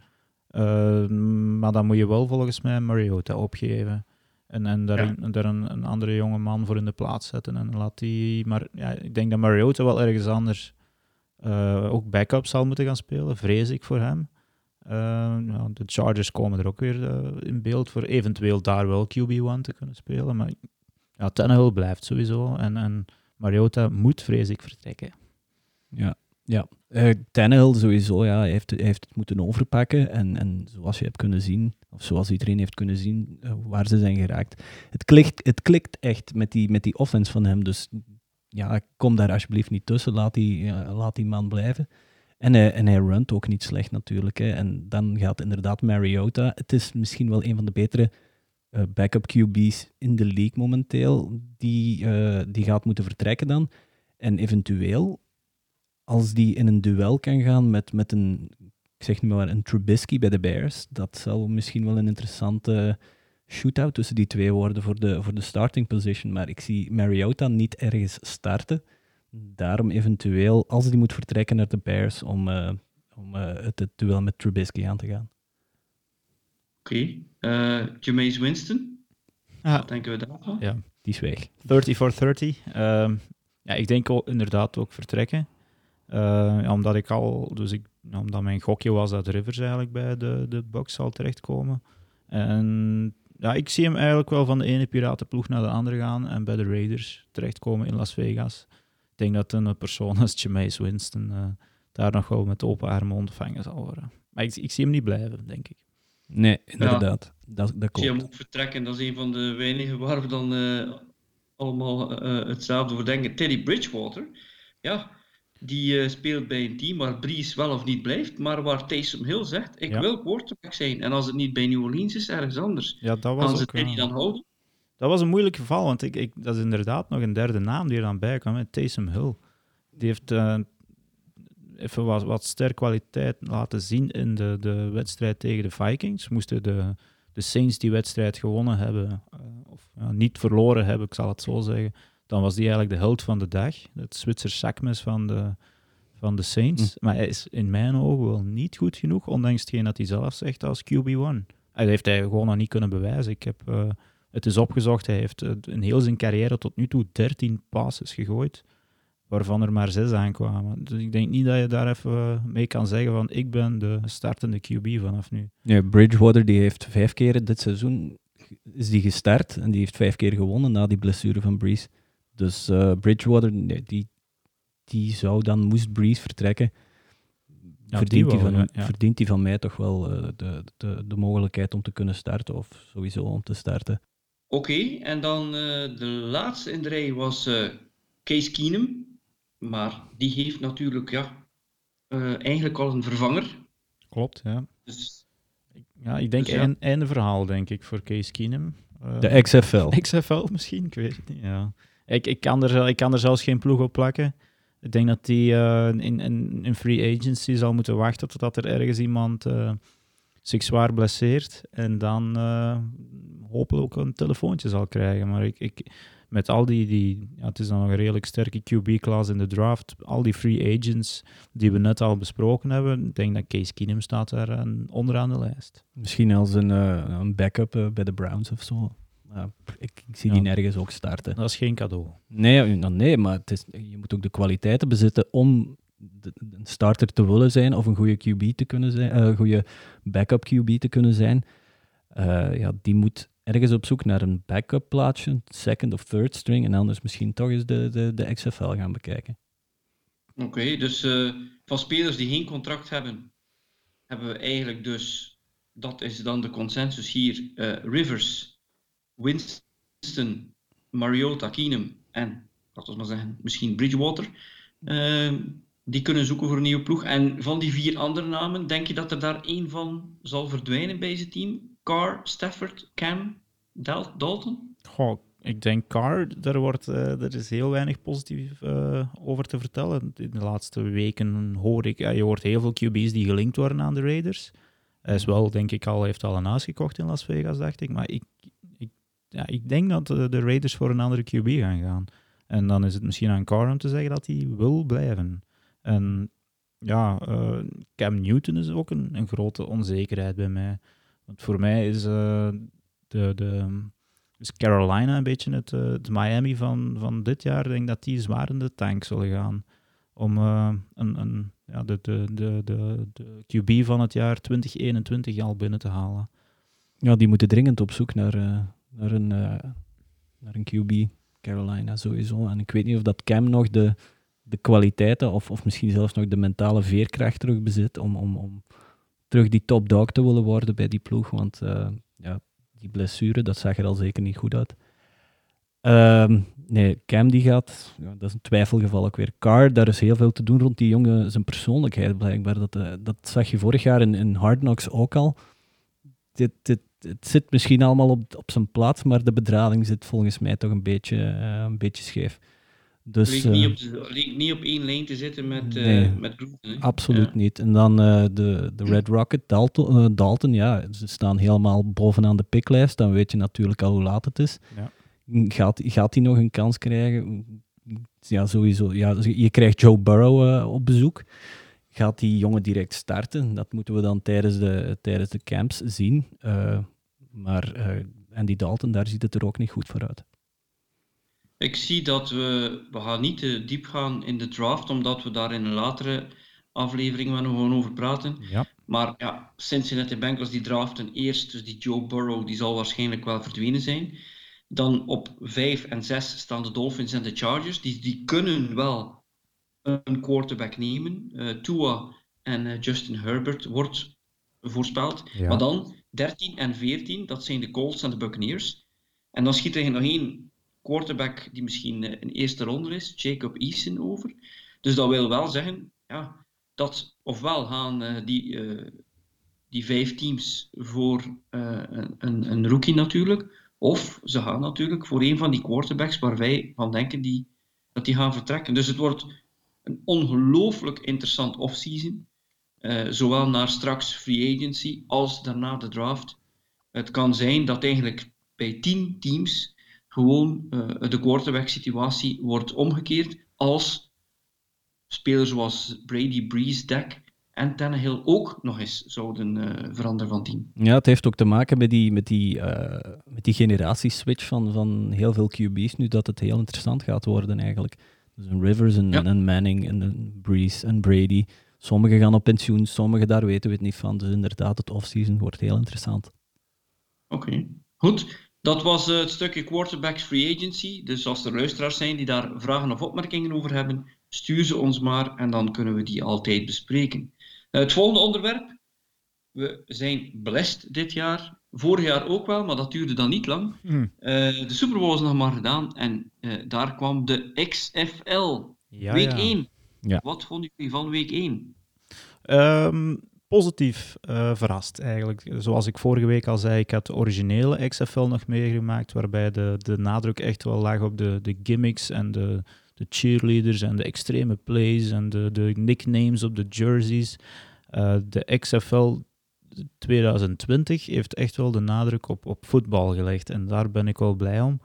Maar dan moet je wel volgens mij Mariota opgeven. En daar een andere jonge man voor in de plaats zetten. En laat die... Maar ja, ik denk dat Mariota wel ergens anders ook backup zal moeten gaan spelen. Vrees ik voor hem. De Chargers komen er ook weer in beeld voor eventueel daar wel QB1 te kunnen spelen. Maar ja, Tannehill blijft sowieso. En Mariota moet, vrees ik, vertrekken. Ja. Tannehill sowieso, ja, hij heeft het moeten overpakken. En zoals je hebt kunnen zien, of zoals iedereen heeft kunnen zien, waar ze zijn geraakt. Het klikt echt met die offense van hem. Dus ja, kom daar alsjeblieft niet tussen. Laat die man blijven. En hij runt ook niet slecht natuurlijk. Hè. En dan gaat inderdaad Mariota. Het is misschien wel een van de betere backup QB's in de league momenteel. Die gaat moeten vertrekken dan. En eventueel, als die in een duel kan gaan met een, ik zeg nu maar, een Trubisky bij de Bears, dat zal misschien wel een interessante shootout tussen die twee worden voor de starting position. Maar ik zie Mariota niet ergens starten. Daarom eventueel, als die moet vertrekken naar de Bears, om het duel met Trubisky aan te gaan. Oké. Jameis Winston? Ja. Wat denken we daarvan? Ja. Die is weg. 30 for 30. Ja, ik denk ook, inderdaad ook vertrekken. Omdat mijn gokje was dat Rivers eigenlijk bij de Bucks zal terechtkomen. En ja, ik zie hem eigenlijk wel van de ene piratenploeg naar de andere gaan en bij de Raiders terechtkomen in Las Vegas. Ik denk dat een persoon als Jameis Winston daar nog wel met open armen ontvangen zal worden. Maar ik zie hem niet blijven, denk ik. Nee, inderdaad. Dat Als je hem klopt. ook vertrekken, dat is een van de weinigen waar we dan allemaal hetzelfde voor denken. Teddy Bridgewater, ja, die speelt bij een team waar Brees wel of niet blijft, maar waar Taysom Hill zegt, ik wil quarterback zijn. En als het niet bij New Orleans is, ergens anders. Ja, dat Gaan was ze ook, Teddy dan houden? dat was een moeilijk geval, want dat is inderdaad nog een derde naam die er dan bij kwam, Taysom Hill. Die heeft even wat sterkwaliteit laten zien in de wedstrijd tegen de Vikings. Moesten de Saints die wedstrijd gewonnen hebben, of niet verloren hebben, ik zal het zo zeggen, dan was die eigenlijk de held van de dag. Het Zwitser zakmes van de Saints. Maar hij is in mijn ogen wel niet goed genoeg, ondanks hetgeen dat hij zelf zegt als QB1. Dat heeft hij gewoon nog niet kunnen bewijzen. Het is opgezocht, hij heeft in heel zijn carrière tot nu toe 13 passes gegooid, waarvan er maar 6 aankwamen. Dus ik denk niet dat je daar even mee kan zeggen van ik ben de startende QB vanaf nu. Ja, Bridgewater die heeft 5 keer dit seizoen is die gestart en die heeft 5 keer gewonnen na die blessure van Brees. Dus Bridgewater, nee, die zou dan, moest Breeze vertrekken, verdient hij van mij toch wel de mogelijkheid om te kunnen starten, of sowieso om te starten. Oké, en dan de laatste in de rij was Case Keenum. Maar die heeft natuurlijk eigenlijk al een vervanger. Klopt, ja. Dus, Ja, ik denk einde verhaal, denk ik, voor Case Keenum. De XFL. XFL misschien, ik weet het niet. Ja. Ik kan er zelfs geen ploeg op plakken. Ik denk dat die in free agency zal moeten wachten totdat er ergens iemand zich zwaar blesseert en dan hopelijk ook een telefoontje zal krijgen. Maar ik met al het is dan nog een redelijk sterke QB-class in de draft, al die free agents die we net al besproken hebben, ik denk dat Case Keenum staat daar onderaan de lijst. Misschien als een backup bij de Browns of zo. Ik zie die nergens ook starten. Dat is geen cadeau. Nee, maar je moet ook de kwaliteiten bezitten om een starter te willen zijn of een goede QB te kunnen zijn, een goede backup QB te kunnen zijn. Die moet ergens op zoek naar een backup plaatsje, second of third string, en anders misschien toch eens de XFL gaan bekijken. Oké, dus van spelers die geen contract hebben, hebben we eigenlijk dus, dat is dan de consensus hier, Rivers, Winston, Mariota, Keenum en, laten we maar zeggen, misschien Bridgewater. Die kunnen zoeken voor een nieuwe ploeg. En van die 4 andere namen, denk je dat er daar 1 van zal verdwijnen bij zijn team? Carr, Stafford, Cam, Dalton? Goh, ik denk Carr, er is heel weinig positief over te vertellen. In de laatste weken hoor ik, je hoort heel veel QB's die gelinkt worden aan de Raiders. Hij is wel, denk ik, heeft al een huis gekocht in Las Vegas, dacht ik. Maar ik denk dat de Raiders voor een andere QB gaan. En dan is het misschien aan Carr om te zeggen dat hij wil blijven. En Cam Newton is ook een grote onzekerheid bij mij. Want voor mij is is Carolina een beetje het Miami van dit jaar. Ik denk dat die zwaar in de tank zullen gaan om de QB van het jaar 2021 al binnen te halen. Ja, die moeten dringend op zoek naar een QB, Carolina sowieso. En ik weet niet of dat Cam nog de kwaliteiten of misschien zelfs nog de mentale veerkracht terug bezit om terug die top dog te willen worden bij die ploeg. Want die blessure, dat zag er al zeker niet goed uit. Nee, Cam die gaat, dat is een twijfelgeval ook weer. Carr, daar is heel veel te doen rond die jongen, zijn persoonlijkheid blijkbaar. Dat zag je vorig jaar in Hard Knocks ook al. Het zit misschien allemaal op zijn plaats, maar de bedrading zit volgens mij toch een beetje scheef. Dus, leek niet op 1 lijn te zitten met Gruden. Absoluut niet. En dan de Red Rocket, Dalton, ze staan helemaal bovenaan de picklijst. Dan weet je natuurlijk al hoe laat het is. Ja. Gaat hij nog een kans krijgen? Ja, sowieso. Ja, je krijgt Joe Burrow op bezoek. Gaat die jongen direct starten? Dat moeten we dan tijdens de camps zien. Maar Andy Dalton, daar ziet het er ook niet goed voor uit. Ik zie dat we gaan niet te diep gaan in de draft, omdat we daar in een latere aflevering nog gewoon over praten. Ja. Maar ja, Cincinnati Bengals die draften eerst, dus die Joe Burrow, die zal waarschijnlijk wel verdwenen zijn. Dan op 5 en 6 staan de Dolphins en de Chargers. Die kunnen wel een quarterback nemen. Tua en Justin Herbert wordt voorspeld. Ja. Maar dan 13 en 14, dat zijn de Colts en de Buccaneers. En dan schiet er nog 1 quarterback die misschien een eerste ronde is, Jacob Eason, over. Dus dat wil wel zeggen, dat ofwel gaan die 5 teams voor een rookie natuurlijk, of ze gaan natuurlijk voor een van die quarterbacks waar wij van denken dat die gaan vertrekken. Dus het wordt een ongelooflijk interessant offseason, zowel naar straks free agency als daarna de draft. Het kan zijn dat eigenlijk bij 10 teams gewoon de quarterback-situatie wordt omgekeerd als spelers zoals Brady, Breeze, Dak en Tannehill ook nog eens zouden veranderen van team. Ja, het heeft ook te maken met die generatieswitch van heel veel QB's nu, dat het heel interessant gaat worden eigenlijk. Dus een Rivers, een Manning, een Breeze, en Brady. Sommigen gaan op pensioen, sommigen daar weten we het niet van. Dus inderdaad, het offseason wordt heel interessant. Oké. Goed. Dat was het stukje quarterbacks free agency. Dus als er luisteraars zijn die daar vragen of opmerkingen over hebben, stuur ze ons maar en dan kunnen we die altijd bespreken. Het volgende onderwerp. We zijn blessed dit jaar. Vorig jaar ook wel, maar dat duurde dan niet lang. De Super Bowl is nog maar gedaan en daar kwam de XFL. Week 1. Ja. Wat vond jullie van week 1? Positief verrast eigenlijk. Zoals ik vorige week al zei, ik had de originele XFL nog meegemaakt, waarbij de nadruk echt wel lag op de gimmicks en de cheerleaders en de extreme plays en de nicknames op de jerseys. De XFL 2020 heeft echt wel de nadruk op voetbal gelegd en daar ben ik wel blij om.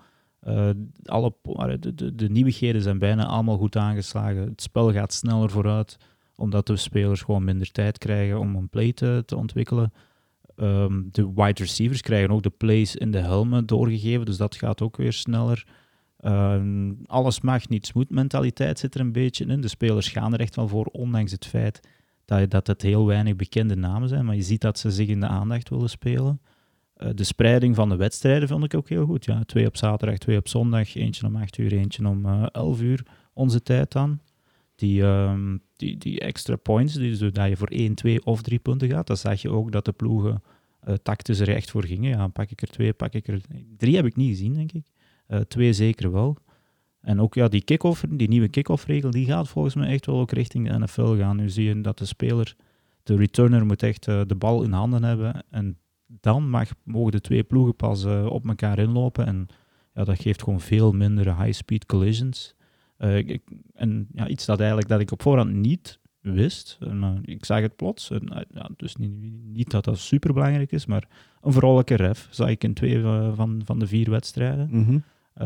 De nieuwigheden zijn bijna allemaal goed aangeslagen. Het spel gaat sneller vooruit, omdat de spelers gewoon minder tijd krijgen om een play te ontwikkelen. De wide receivers krijgen ook de plays in de helmen doorgegeven, dus dat gaat ook weer sneller. Alles mag, niets moet mentaliteit zit er een beetje in. De spelers gaan er echt wel voor, ondanks het feit dat het heel weinig bekende namen zijn, maar je ziet dat ze zich in de aandacht willen spelen. De spreiding van de wedstrijden vond ik ook heel goed. Ja, 2 op zaterdag, 2 op zondag, eentje om 8 uur, eentje om 11 uur, onze tijd dan. Die extra points, zodat je voor 1, 2 of 3 punten gaat, dan zag je ook dat de ploegen tactisch er echt voor gingen. Ja, pak ik er 2, pak ik er 3 heb ik niet gezien, denk ik. 2 zeker wel. En ook ja, die nieuwe kick-off-regel, die gaat volgens mij echt wel ook richting de NFL gaan. Nu zie je dat de speler, de returner, moet echt de bal in handen hebben. En dan mogen de 2 ploegen pas op elkaar inlopen. En ja, dat geeft gewoon veel minder high-speed collisions. Iets dat ik op voorhand niet wist. Ik zag het plots. Dus niet dat dat super belangrijk is, maar een vrolijke ref zag ik in 2 van de 4 wedstrijden. Mm-hmm.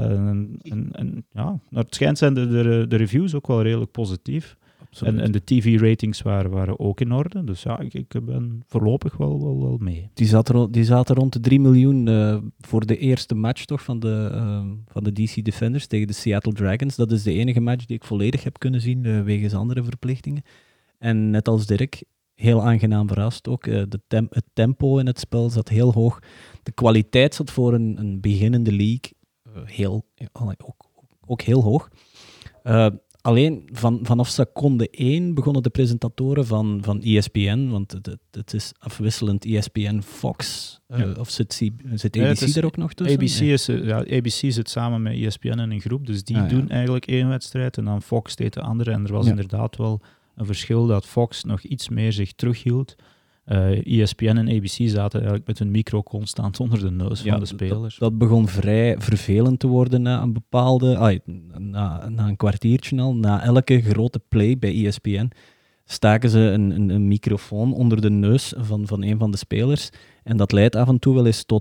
Naar het schijnt zijn de reviews ook wel redelijk positief. En de TV-ratings waren ook in orde. Dus ja, ik ben voorlopig wel mee. Die zaten rond de 3 miljoen voor de eerste match toch, van de DC Defenders tegen de Seattle Dragons. Dat is de enige match die ik volledig heb kunnen zien, wegens andere verplichtingen. En net als Dirk, heel aangenaam verrast ook. Het tempo in het spel zat heel hoog. De kwaliteit zat voor een beginnende league ook heel hoog. Alleen vanaf seconde 1 begonnen de presentatoren van ESPN, want het is afwisselend ESPN Fox, of zit ABC er ook nog tussen? ABC zit samen met ESPN in een groep, dus die doen eigenlijk 1 wedstrijd en dan Fox deed de andere. En er was inderdaad wel een verschil dat Fox nog iets meer zich terughield. ESPN en ABC zaten eigenlijk met hun micro constant onder de neus van de spelers. Dat begon vrij vervelend te worden na een bepaalde... na een kwartiertje al. Na elke grote play bij ESPN staken ze een microfoon onder de neus van een van de spelers. En dat leidt af en toe wel eens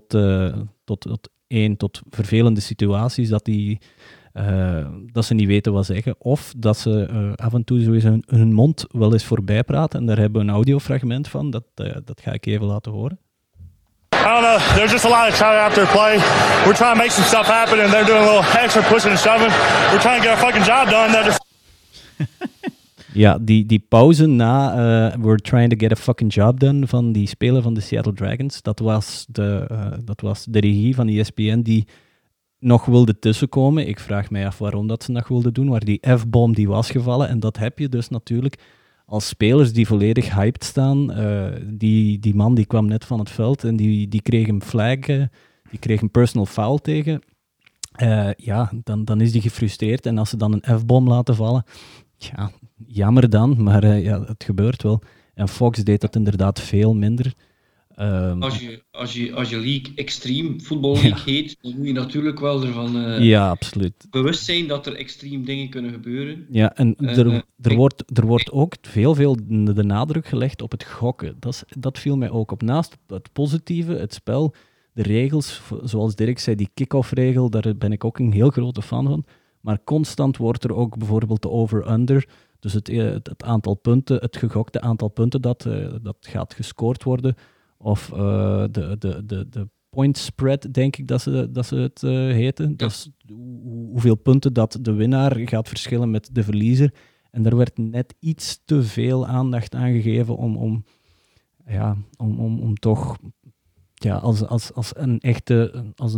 tot vervelende situaties dat ze niet weten wat zeggen, of dat ze af en toe sowieso hun mond wel eens voorbij praten. En daar hebben we een audiofragment van, dat ga ik even laten horen. I don't know, there's just a lot of shouting after a play. We're trying to make some stuff happen and they're doing a little extra pushing and shoving. We're trying to get our fucking job done. Ja, die pauze na we're trying to get a fucking job done van die speler van de Seattle Dragons, dat was de regie van ESPN die nog wilde tussenkomen. Ik vraag mij af waarom dat ze nog wilden doen, maar die F-bom die was gevallen. En dat heb je dus natuurlijk als spelers die volledig hyped staan. Die man die kwam net van het veld en die kreeg een flag, die kreeg een personal foul tegen. Dan is die gefrustreerd. En als ze dan een F-bom laten vallen, ja, jammer dan, maar het gebeurt wel. En Fox deed dat inderdaad veel minder. Als je league Extreme Football League heet, dan moet je natuurlijk wel ervan absoluut. bewust zijn dat er extreem dingen kunnen gebeuren. Ja, en er wordt ook veel de nadruk gelegd op het gokken. Dat viel mij ook op. Naast het positieve, het spel, de regels, zoals Dirk zei, die kick-off-regel, daar ben ik ook een heel grote fan van. Maar constant wordt er ook bijvoorbeeld de over-under, dus het aantal punten, het gegokte aantal punten dat gaat gescoord worden, of de point spread, denk ik dat ze het heten. Ja. Dat is hoeveel punten dat de winnaar gaat verschillen met de verliezer. En daar werd net iets te veel aandacht aan gegeven om toch als een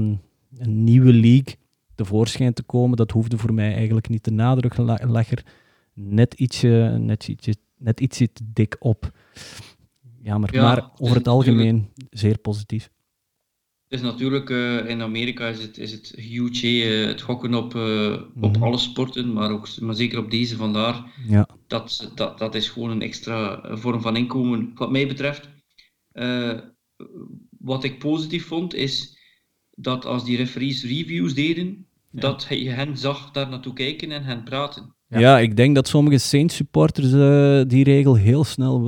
een nieuwe league tevoorschijn te komen. Dat hoefde voor mij eigenlijk niet. De nadruk lag er net ietsje te dik op. Jammer, Ja, maar over het algemeen zeer positief. Het is natuurlijk, in Amerika is het huge, het gokken op alle sporten, maar zeker op deze. Vandaar, Ja. dat is gewoon een extra vorm van inkomen. Wat mij betreft, wat ik positief vond, is dat als die referees reviews deden, dat je hen zag daar naartoe kijken en hen praten. Ja, ik denk dat sommige Saints supporters die regel heel snel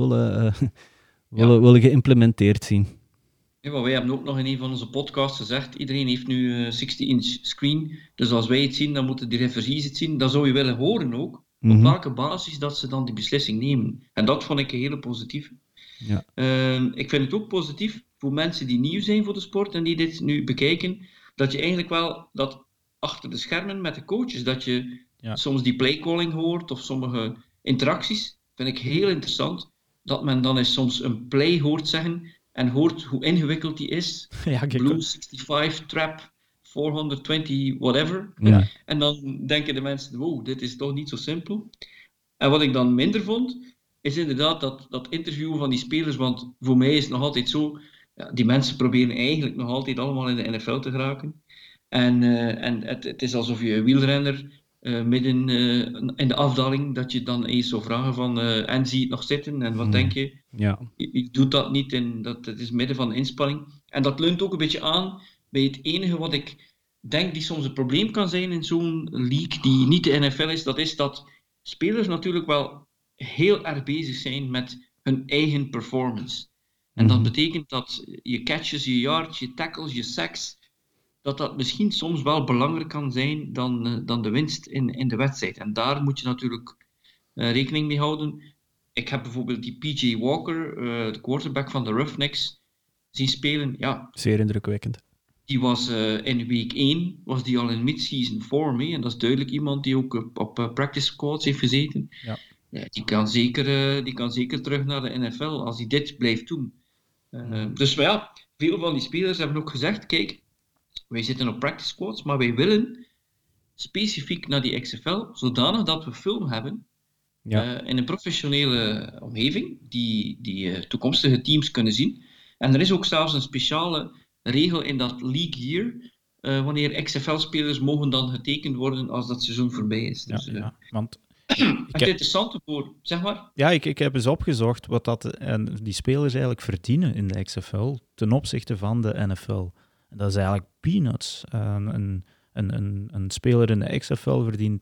willen geïmplementeerd zien. Ja, maar wij hebben ook nog in een van onze podcasts gezegd, iedereen heeft nu 60-inch screen, dus als wij het zien, dan moeten die referees het zien. Dat zou je willen horen ook, op welke basis dat ze dan die beslissing nemen. En dat vond ik een hele positieve. Ja. Ik vind het ook positief voor mensen die nieuw zijn voor de sport en die dit nu bekijken, dat je eigenlijk wel dat achter de schermen met de coaches, dat je soms die playcalling hoort of sommige interacties, vind ik heel interessant, dat men dan eens soms een play hoort zeggen en hoort hoe ingewikkeld die is. Blue 65, trap, 420, whatever. Ja. En dan denken de mensen, wow, dit is toch niet zo simpel. En wat ik dan minder vond, is inderdaad dat interview van die spelers, want voor mij is het nog altijd zo, die mensen proberen eigenlijk nog altijd allemaal in de NFL te geraken. En het is alsof je een wielrenner midden in de afdaling, dat je dan eens zou vragen van, en zie je het nog zitten, en wat denk je? Ja. Je doet dat niet, het is midden van de inspanning. En dat leunt ook een beetje aan bij het enige wat ik denk die soms een probleem kan zijn in zo'n league die niet de NFL is, dat is dat spelers natuurlijk wel heel erg bezig zijn met hun eigen performance. En dat betekent dat je catches, je yards, je tackles, je sacks, dat misschien soms wel belangrijker kan zijn dan de winst in de wedstrijd. En daar moet je natuurlijk rekening mee houden. Ik heb bijvoorbeeld die PJ Walker, de quarterback van de Roughnecks, zien spelen. Ja, zeer indrukwekkend. Die was in week 1 was die al in mid-season vorm. En dat is duidelijk iemand die ook op practice squads heeft gezeten. Ja. Die kan zeker terug naar de NFL als hij dit blijft doen. Dus ja, veel van die spelers hebben ook gezegd, kijk, wij zitten op practice squads, maar wij willen specifiek naar die XFL, zodanig dat we film hebben in een professionele omgeving, die toekomstige teams kunnen zien. En er is ook zelfs een speciale regel in dat league year, wanneer XFL-spelers mogen dan getekend worden als dat seizoen voorbij is. Dus, want het interessante voor, zeg maar. Ja, ik heb eens opgezocht wat die spelers eigenlijk verdienen in de XFL ten opzichte van de NFL. En dat is eigenlijk peanuts. Een speler in de XFL verdient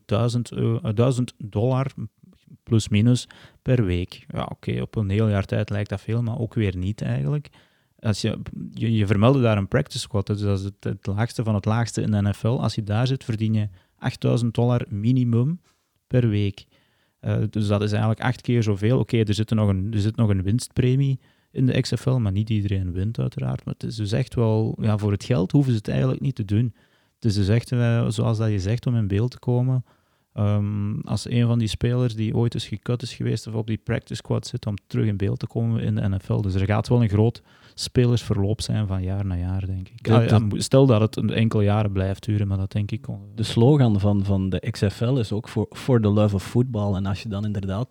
$1,000 plus minus per week. Ja, oké, op een heel jaar tijd lijkt dat veel, maar ook weer niet eigenlijk. Als je vermeldde daar een practice squad, dus dat is het laagste van het laagste in de NFL. Als je daar zit, verdien je $8,000 minimum per week. Dus dat is eigenlijk 8 keer zoveel. Oké, er zit nog een winstpremie in de XFL, maar niet iedereen wint uiteraard. Maar het is dus echt wel, voor het geld hoeven ze het eigenlijk niet te doen. Het is dus echt, zoals dat je zegt, om in beeld te komen. Als een van die spelers die ooit eens gecut is geweest of op die practice squad zit, om terug in beeld te komen in de NFL. Dus er gaat wel een groot spelersverloop zijn van jaar naar jaar, denk ik. Stel dat het enkele jaren blijft duren, maar dat denk ik. De slogan van de XFL is ook for the love of football. En als je dan inderdaad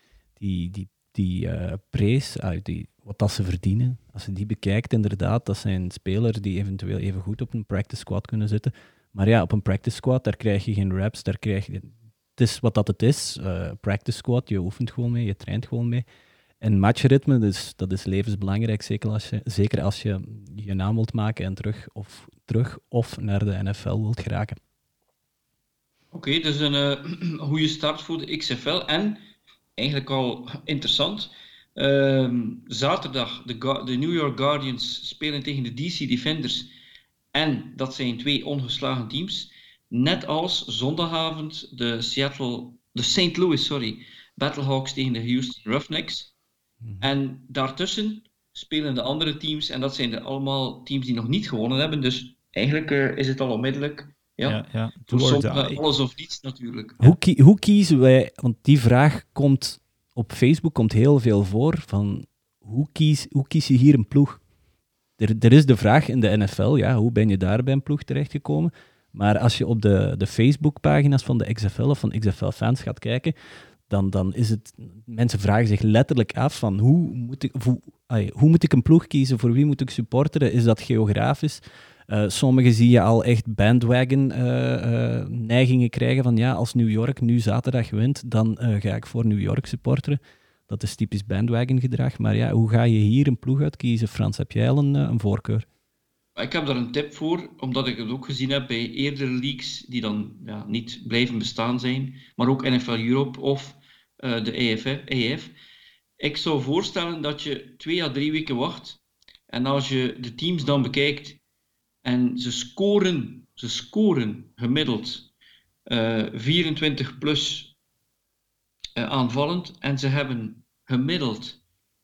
die prijs, wat dat ze verdienen, als je die bekijkt, inderdaad, dat zijn spelers die eventueel even goed op een practice squad kunnen zitten. Maar ja, op een practice squad, daar krijg je geen reps, het is wat dat het is. Practice squad, je oefent gewoon mee, je traint gewoon mee. En matchritme, dus dat is levensbelangrijk, zeker als je je naam wilt maken en terug of naar de NFL wilt geraken. Oké, dus een goede start voor de XFL. En, eigenlijk al interessant, zaterdag de New York Guardians spelen tegen de DC Defenders. En dat zijn 2 ongeslagen teams. Net als zondagavond de St. Louis Battlehawks tegen de Houston Roughnecks. En daartussen spelen de andere teams. En dat zijn allemaal teams die nog niet gewonnen hebben. Dus eigenlijk is het al onmiddellijk. Voor sommigen alles of niets natuurlijk. Hoe kiezen wij, want die vraag komt op Facebook heel veel voor, van hoe kies je hier een ploeg? er is de vraag in de NFL, ja, hoe ben je daar bij een ploeg terechtgekomen? Maar als je op de Facebook-pagina's van de XFL of van XFL-fans gaat kijken, dan is het... Mensen vragen zich letterlijk af van hoe moet ik een ploeg kiezen? Voor wie moet ik supporteren? Is dat geografisch? Sommigen zie je al echt bandwagon-neigingen krijgen van ja, als New York nu zaterdag wint, dan ga ik voor New York supporteren. Dat is typisch bandwagon-gedrag. Maar ja, hoe ga je hier een ploeg uitkiezen, Frans? Heb jij al een voorkeur? Ik heb daar een tip voor, omdat ik het ook gezien heb bij eerdere leagues die dan niet blijven bestaan zijn, maar ook NFL Europe of de EF. Ik zou voorstellen dat je 2 à 3 weken wacht en als je de teams dan bekijkt en ze scoren gemiddeld 24 plus aanvallend en ze hebben gemiddeld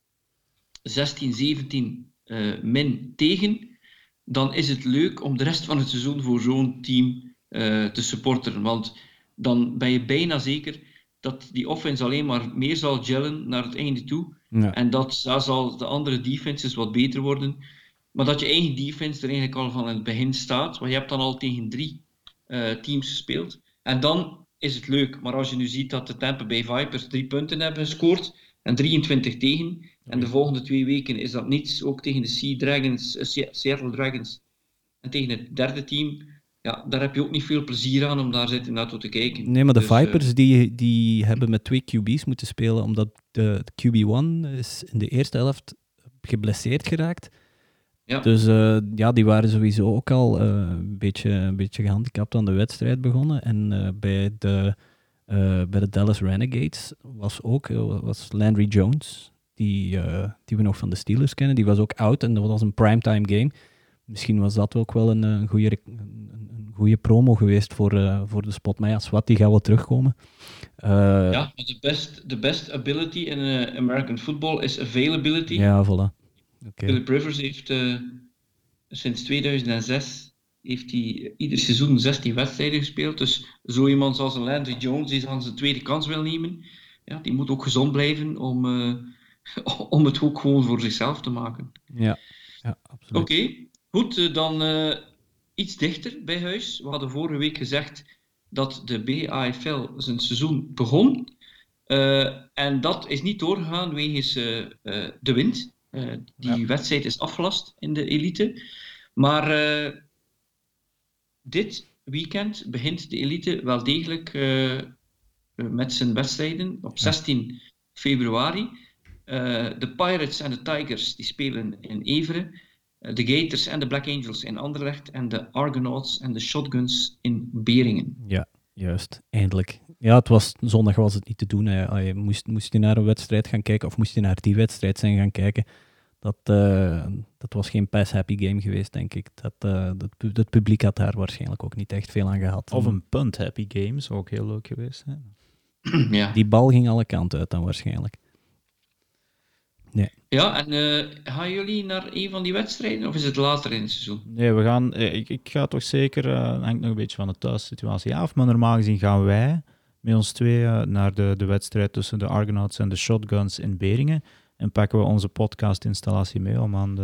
16, 17 min tegen, dan is het leuk om de rest van het seizoen voor zo'n team te supporteren. Want dan ben je bijna zeker dat die offense alleen maar meer zal gellen naar het einde toe. Ja. En dat zal de andere defenses wat beter worden. Maar dat je eigen defense er eigenlijk al van in het begin staat. Want je hebt dan al tegen 3 teams gespeeld. En dan is het leuk. Maar als je nu ziet dat de Tampa Bay Vipers 3 punten hebben gescoord en 23 tegen... En de volgende 2 weken is dat niets, ook tegen de Seattle Dragons. En tegen het derde team, ja, daar heb je ook niet veel plezier aan om daar zitten naartoe te kijken. Nee, maar de Vipers die hebben met 2 QB's moeten spelen, omdat de QB1 is in de eerste helft geblesseerd geraakt. Ja. Dus die waren sowieso ook al een beetje gehandicapt aan de wedstrijd begonnen. En bij de Dallas Renegades was Landry Jones... Die we nog van de Steelers kennen, die was ook oud en dat was een primetime game. Misschien was dat ook wel een goede promo geweest voor de spot. Maar ja, Swat, die gaat wel terugkomen. Ja, de best ability in American football is availability. Ja, voilà. Okay. Philip Rivers heeft sinds 2006 heeft hij ieder seizoen 16 wedstrijden gespeeld. Dus zo iemand zoals een Landry Jones die aan zijn tweede kans wil nemen, ja, die moet ook gezond blijven om het ook gewoon voor zichzelf te maken. Ja absoluut. Oké, goed, dan iets dichter bij huis. We hadden vorige week gezegd dat de BAFL zijn seizoen begon. En dat is niet doorgegaan wegens de wind. Die wedstrijd is afgelast in de elite. Maar dit weekend begint de elite wel degelijk met zijn wedstrijden op 16 februari. De Pirates en de Tigers die spelen in Evere. De Gators en de Black Angels in Anderlecht. En de Argonauts en de Shotguns in Beringen. Ja, juist. Eindelijk. Ja, zondag was het niet te doen. Moest je naar een wedstrijd gaan kijken, of moest je naar die wedstrijd zijn gaan kijken, dat was geen pass-happy game geweest, denk ik. Het publiek had daar waarschijnlijk ook niet echt veel aan gehad. Of een punt-happy game, zou ook heel leuk geweest zijn. Ja. Die bal ging alle kanten uit dan waarschijnlijk. Nee. Ja, en gaan jullie naar een van die wedstrijden of is het later in het seizoen? Nee, we gaan... Ik ga toch zeker... hangt nog een beetje van de thuissituatie af, maar normaal gezien gaan wij met ons 2 naar de wedstrijd tussen de Argonauts en de Shotguns in Beringen en pakken we onze podcastinstallatie mee om aan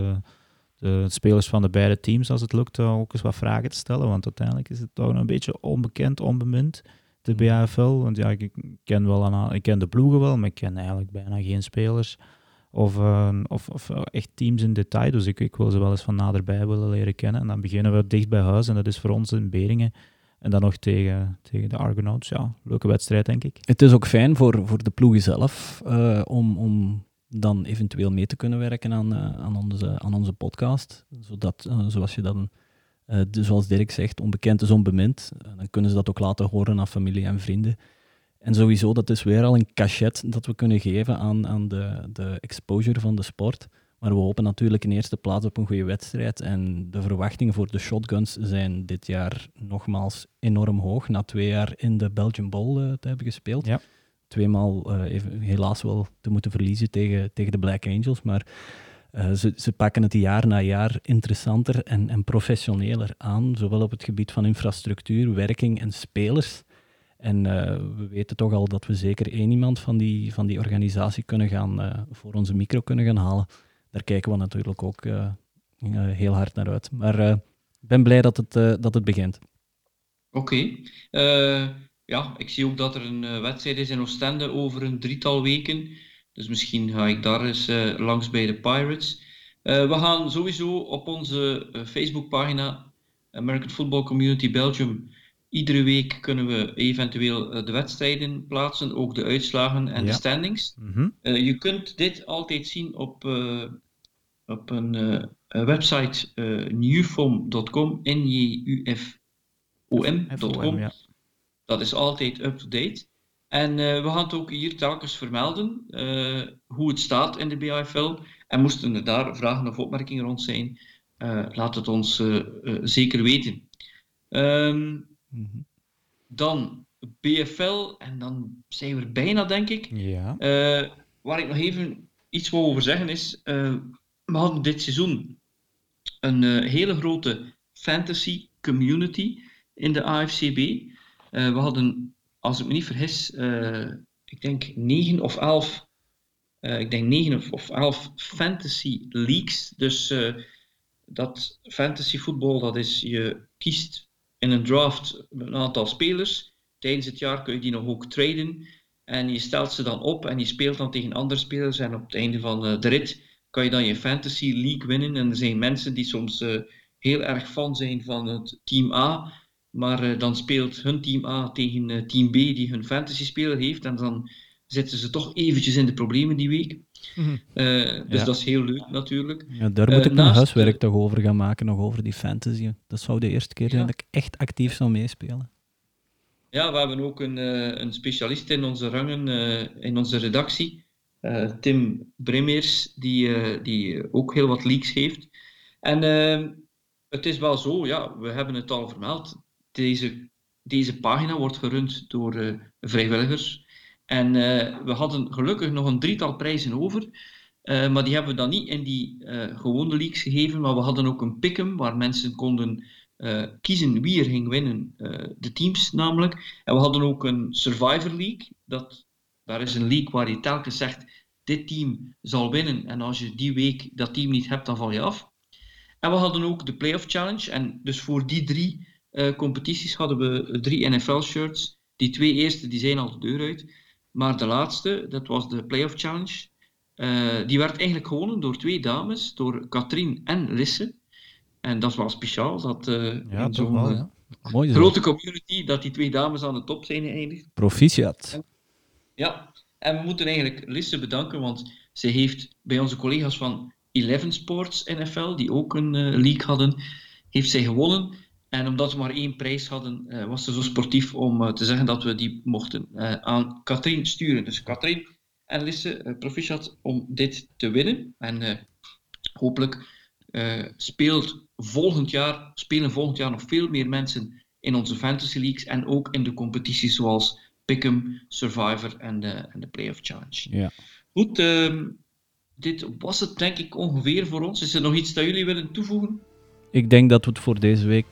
de spelers van de beide teams, als het lukt, ook eens wat vragen te stellen, want uiteindelijk is het toch een beetje onbekend, onbemind, de BAFL. Want ja, ik ken de ploegen wel, maar ik ken eigenlijk bijna geen spelers of echt teams in detail. Dus ik wil ze wel eens van naderbij willen leren kennen. En dan beginnen we dicht bij huis en dat is voor ons in Beringen. En dan nog tegen de Argonauts. Ja, leuke wedstrijd, denk ik. Het is ook fijn voor de ploegen zelf om dan eventueel mee te kunnen werken aan onze podcast. Zodat, zoals je dan, zoals Dirk zegt, onbekend is onbemind. Dan kunnen ze dat ook laten horen aan familie en vrienden. En sowieso, dat is weer al een cachet dat we kunnen geven aan de exposure van de sport. Maar we hopen natuurlijk in eerste plaats op een goede wedstrijd. En de verwachtingen voor de Shotguns zijn dit jaar nogmaals enorm hoog. Na 2 jaar in de Belgian Bowl te hebben gespeeld. Ja. 2 maal helaas wel te moeten verliezen tegen de Black Angels. Maar ze pakken het jaar na jaar interessanter en professioneler aan. Zowel op het gebied van infrastructuur, werking en spelers. En we weten toch al dat we zeker 1 iemand van die organisatie kunnen gaan voor onze micro kunnen gaan halen. Daar kijken we natuurlijk ook heel hard naar uit. Maar ik ben blij dat het begint. Oké. Ja, ik zie ook dat er een wedstrijd is in Oostende over een 3-tal weken. Dus misschien ga ik daar eens langs bij de Pirates. We gaan sowieso op onze Facebookpagina American Football Community Belgium. Iedere week kunnen we eventueel de wedstrijden plaatsen, ook de uitslagen en de standings. Je kunt dit altijd zien op een website newfom.com, NJUFOM.com. Ja. Dat is altijd up-to-date. En we gaan het ook hier telkens vermelden hoe het staat in de BAFL. En moesten er daar vragen of opmerkingen rond zijn, laat het ons zeker weten. Dan BFL, en dan zijn we er bijna, denk ik. Ja. Waar ik nog even iets wil over zeggen is, we hadden dit seizoen een hele grote fantasy community in de AFCB. We hadden, als ik me niet vergis, ik denk 9 of 11 fantasy leagues. Dus dat fantasy voetbal, dat is, je kiest in een draft een aantal spelers. Tijdens het jaar kun je die nog ook traden. En je stelt ze dan op en je speelt dan tegen andere spelers. En op het einde van de rit kan je dan je fantasy league winnen. En er zijn mensen die soms heel erg fan zijn van het team A. Maar dan speelt hun team A tegen team B die hun fantasy speler heeft. En dan zitten ze toch eventjes in de problemen die week. Dus dat is heel leuk natuurlijk. Ja, daar moet ik nog huiswerk toch over gaan maken, nog over die fantasy. Dat zou de eerste keer zijn dat ik echt actief zou meespelen. Ja, we hebben ook een specialist in onze rangen, in onze redactie. Tim Bremeers, die ook heel wat leaks heeft. En het is wel zo, ja, we hebben het al vermeld. Deze pagina wordt gerund door vrijwilligers. En we hadden gelukkig nog een 3-tal prijzen over. Maar die hebben we dan niet in die gewone leaks gegeven. Maar we hadden ook een pick'em waar mensen konden kiezen wie er ging winnen. De teams namelijk. En we hadden ook een Survivor League. Daar is een league waar je telkens zegt, dit team zal winnen. En als je die week dat team niet hebt, dan val je af. En we hadden ook de Playoff Challenge. En dus voor die 3 competities hadden we 3 NFL-shirts. Die 2 eerste die zijn al de deur uit. Maar de laatste, dat was de Playoff Challenge. Die werd eigenlijk gewonnen door 2 dames, door Katrien en Lisse. En dat is wel speciaal, dat in zo'n grote community, dat die 2 dames aan de top zijn geëindigd. Proficiat. Ja, en we moeten eigenlijk Lisse bedanken, want ze heeft bij onze collega's van 11 Sports NFL, die ook een league hadden, heeft zij gewonnen. En omdat we maar 1 prijs hadden, was ze zo sportief om te zeggen dat we die mochten aan Katrien sturen. Dus Katrien en Lisse, proficiat om dit te winnen. En hopelijk spelen volgend jaar nog veel meer mensen in onze fantasy leagues en ook in de competities zoals Pick'em, Survivor en de Playoff Challenge. Ja. Goed, dit was het denk ik ongeveer voor ons. Is er nog iets dat jullie willen toevoegen? Ik denk dat we het voor deze week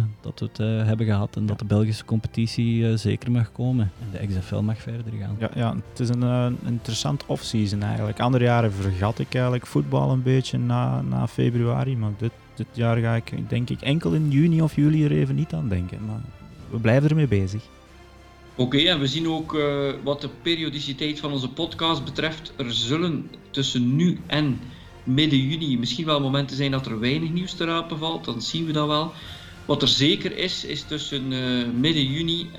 hebben gehad en dat de Belgische competitie zeker mag komen. En de XFL mag verder gaan. Ja, het is een interessant off-season eigenlijk. Andere jaren vergat ik eigenlijk voetbal een beetje na februari. Maar dit jaar ga ik denk ik enkel in juni of juli er even niet aan denken. Maar we blijven ermee bezig. Oké, en we zien ook wat de periodiciteit van onze podcast betreft. Er zullen tussen nu en midden juni misschien wel momenten zijn dat er weinig nieuws te rapen valt. Dan zien we dat wel. Wat er zeker is tussen midden juni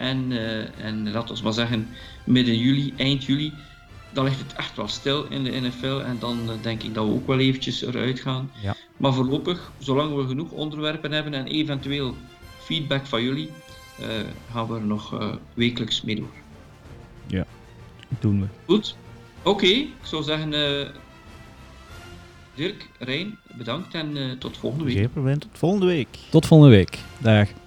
en laten we maar zeggen midden juli, eind juli. Dan ligt het echt wel stil in de NFL en dan denk ik dat we ook wel eventjes eruit gaan. Ja. Maar voorlopig, zolang we genoeg onderwerpen hebben en eventueel feedback van jullie, gaan we er nog wekelijks mee door. Ja, doen we. Goed. Oké, ik zou zeggen, Dirk, Rijn, bedankt en tot volgende week. Geen probleem, tot volgende week. Tot volgende week. Dag.